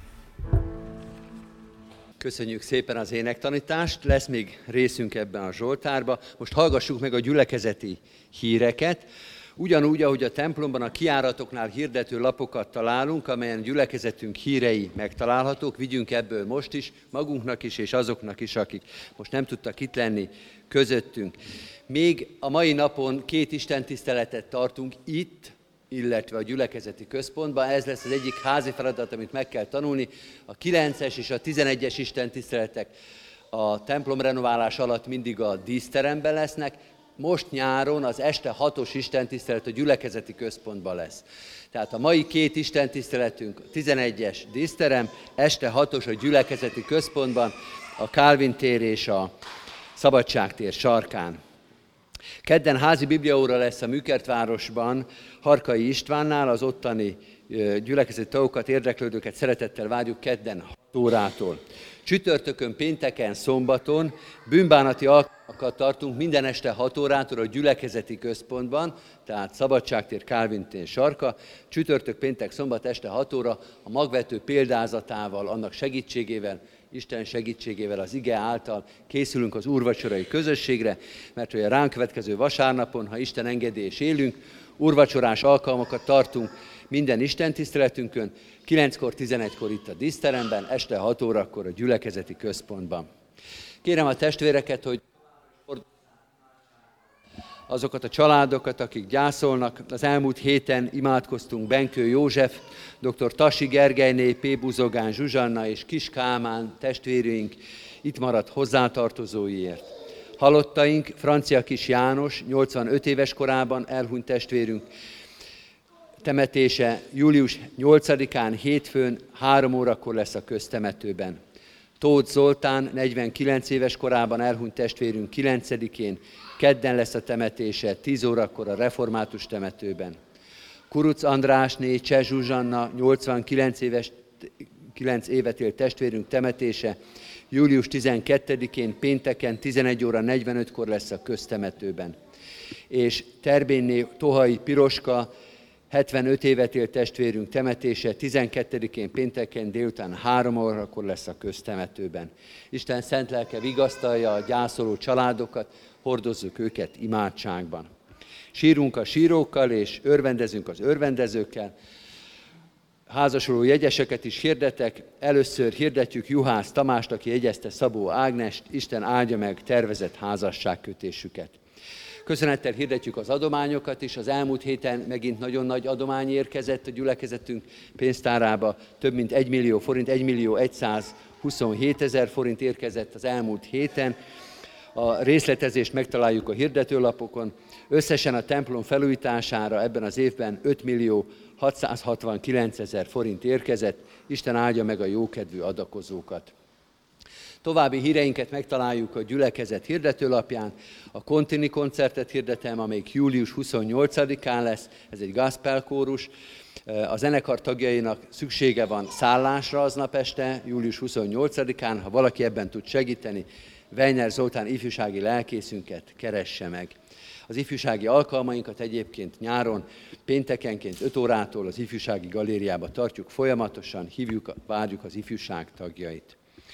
Köszönjük szépen az énektanítást, lesz még részünk ebben a Zsoltárba. Most hallgassuk meg a gyülekezeti híreket. Ugyanúgy, ahogy a templomban a kijáratoknál hirdető lapokat találunk, amelyen gyülekezetünk hírei megtalálhatók, vigyünk ebből most is, magunknak is, és azoknak is, akik most nem tudtak itt lenni közöttünk. Még a mai napon 2 istentiszteletet tartunk itt, illetve a gyülekezeti központban. Ez lesz az egyik házi feladat, amit meg kell tanulni. A 9-es és a 11-es istentiszteletek a templomrenoválás alatt mindig a díszteremben lesznek. Most nyáron az este 6-os istentisztelet a gyülekezeti központban lesz. Tehát a mai 2 istentiszteletünk, a 11-es díszterem, este 6-os a gyülekezeti központban, a Kálvin tér és a Szabadságtér sarkán. Kedden házi bibliaóra lesz a Műkertvárosban, Harkai Istvánnál, az ottani gyülekezeti tagokat, érdeklődőket szeretettel várjuk kedden 6 órától. Csütörtökön, pénteken, szombaton bűnbánati alkalmakat tartunk minden este 6 órától a gyülekezeti központban, tehát Szabadságtér, Kálvin tér sarka. Csütörtök, péntek, szombat este 6 óra a magvető példázatával, annak segítségével, Isten segítségével, az ige által készülünk az úrvacsorai közösségre, mert hogy a ránk következő vasárnapon, ha Isten engedi és élünk, úrvacsorás alkalmakat tartunk minden istentiszteletünkön, 9-kor, 11-kor itt a díszteremben, este 6 órakor a gyülekezeti központban. Kérem a testvéreket, hogy azokat a családokat, akik gyászolnak. Az elmúlt héten imádkoztunk Benkő József, dr. Tasi Gergelyné, P. Buzogán Zsuzsanna és Kis Kálmán testvérünk itt maradt hozzátartozóiért. Halottaink Francia Kis János, 85 éves korában elhunyt testvérünk, temetése július 8-án hétfőn 3 órakor lesz a köztemetőben. Tóth Zoltán 49 éves korában elhunyt testvérünk 9-én, kedden lesz a temetése 10 órakor a református temetőben. Kuruc Andrásné, Cseh Zsuzsanna, 89 évet élt testvérünk temetése július 12-én pénteken 11 óra 45-kor lesz a köztemetőben. És Terbénné Tohai Piroska, 75 évet élt testvérünk temetése 12-én pénteken délután 3 órakor lesz a köztemetőben. Isten szent lelke vigasztalja a gyászoló családokat, hordozzuk őket imádságban. Sírunk a sírókkal és örvendezünk az örvendezőkkel. Házasuló jegyeseket is hirdetek. Először hirdetjük Juhász Tamást, aki jegyezte Szabó Ágnest. Isten áldja meg tervezett házasságkötésüket. Köszönettel hirdetjük az adományokat is. Az elmúlt héten megint nagyon nagy adomány érkezett a gyülekezetünk pénztárába. Több mint 1 millió forint, 1 millió 127 000 forint érkezett az elmúlt héten. A részletezést megtaláljuk a hirdetőlapokon. Összesen a templom felújítására ebben az évben 5 millió 669 000 forint érkezett. Isten áldja meg a jókedvű adakozókat. További híreinket megtaláljuk a gyülekezet hirdetőlapján. A Contini koncertet hirdetem, amelyik július 28-án lesz. Ez egy gospel kórus. A zenekar tagjainak szüksége van szállásra aznap este, július 28-án. Ha valaki ebben tud segíteni, Weiner Zoltán ifjúsági lelkészünket keresse meg. Az ifjúsági alkalmainkat egyébként nyáron, péntekenként 5 órától az ifjúsági galériába tartjuk folyamatosan, hívjuk, várjuk az ifjúság tagjait.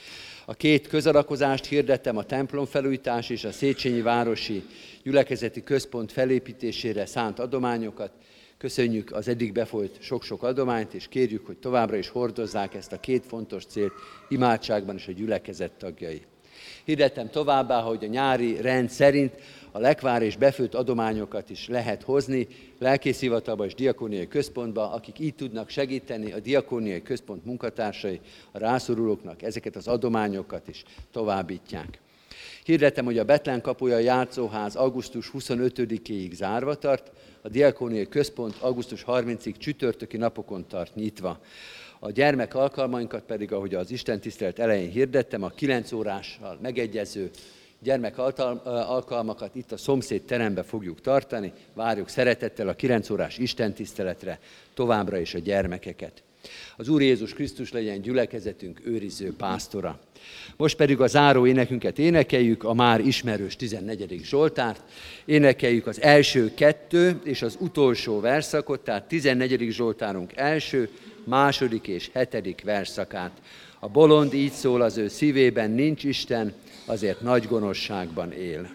A 2 közadakozást hirdettem, a templom felújítás és a Széchenyi Városi Gyülekezeti Központ felépítésére szánt adományokat. Köszönjük az eddig befolyt sok-sok adományt, és kérjük, hogy továbbra is hordozzák ezt a 2 fontos célt imádságban és a gyülekezet tagjai. Hirdettem továbbá, hogy a nyári rend szerint a lekvár és befőtt adományokat is lehet hozni lelkészhivatalba és diakóniai központba, akik így tudnak segíteni, a diakóniai központ munkatársai a rászorulóknak ezeket az adományokat is továbbítják. Hirdettem, hogy a Betlen kapuja játszóház augusztus 25-ig zárva tart, a diakóniai központ augusztus 30-ig csütörtöki napokon tart nyitva. A gyermek alkalmainkat pedig, ahogy az istentisztelet elején hirdettem, a 9 órással megegyező gyermek alkalmakat itt a szomszéd terembe fogjuk tartani. Várjuk szeretettel a 9 órás istentiszteletre továbbra is a gyermekeket. Az Úr Jézus Krisztus legyen gyülekezetünk őriző pásztora. Most pedig a záró énekünket énekeljük, a már ismerős 14. Zsoltárt. Énekeljük az első 2 és az utolsó verszakot, tehát 14. Zsoltárunk első, második és 7. verszakát. A bolond így szól, az ő szívében nincs Isten, azért nagy gonoszságban él.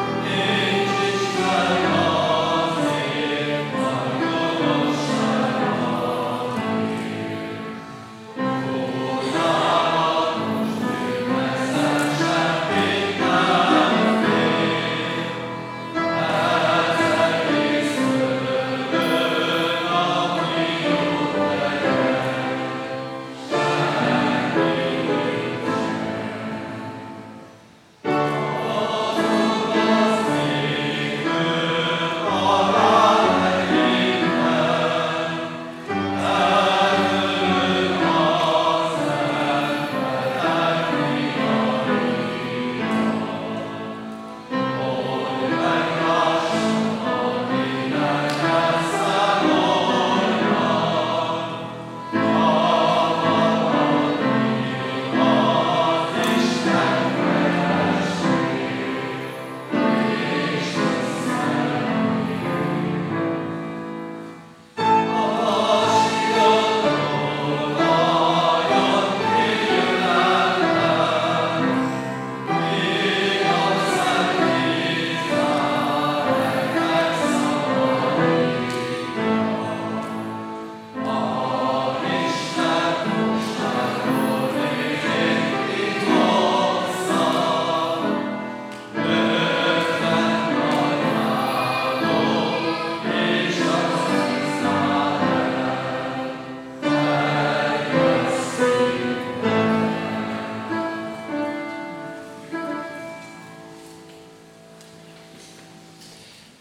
Amen.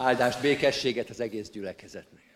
Áldást, békességet az egész gyülekezetnek.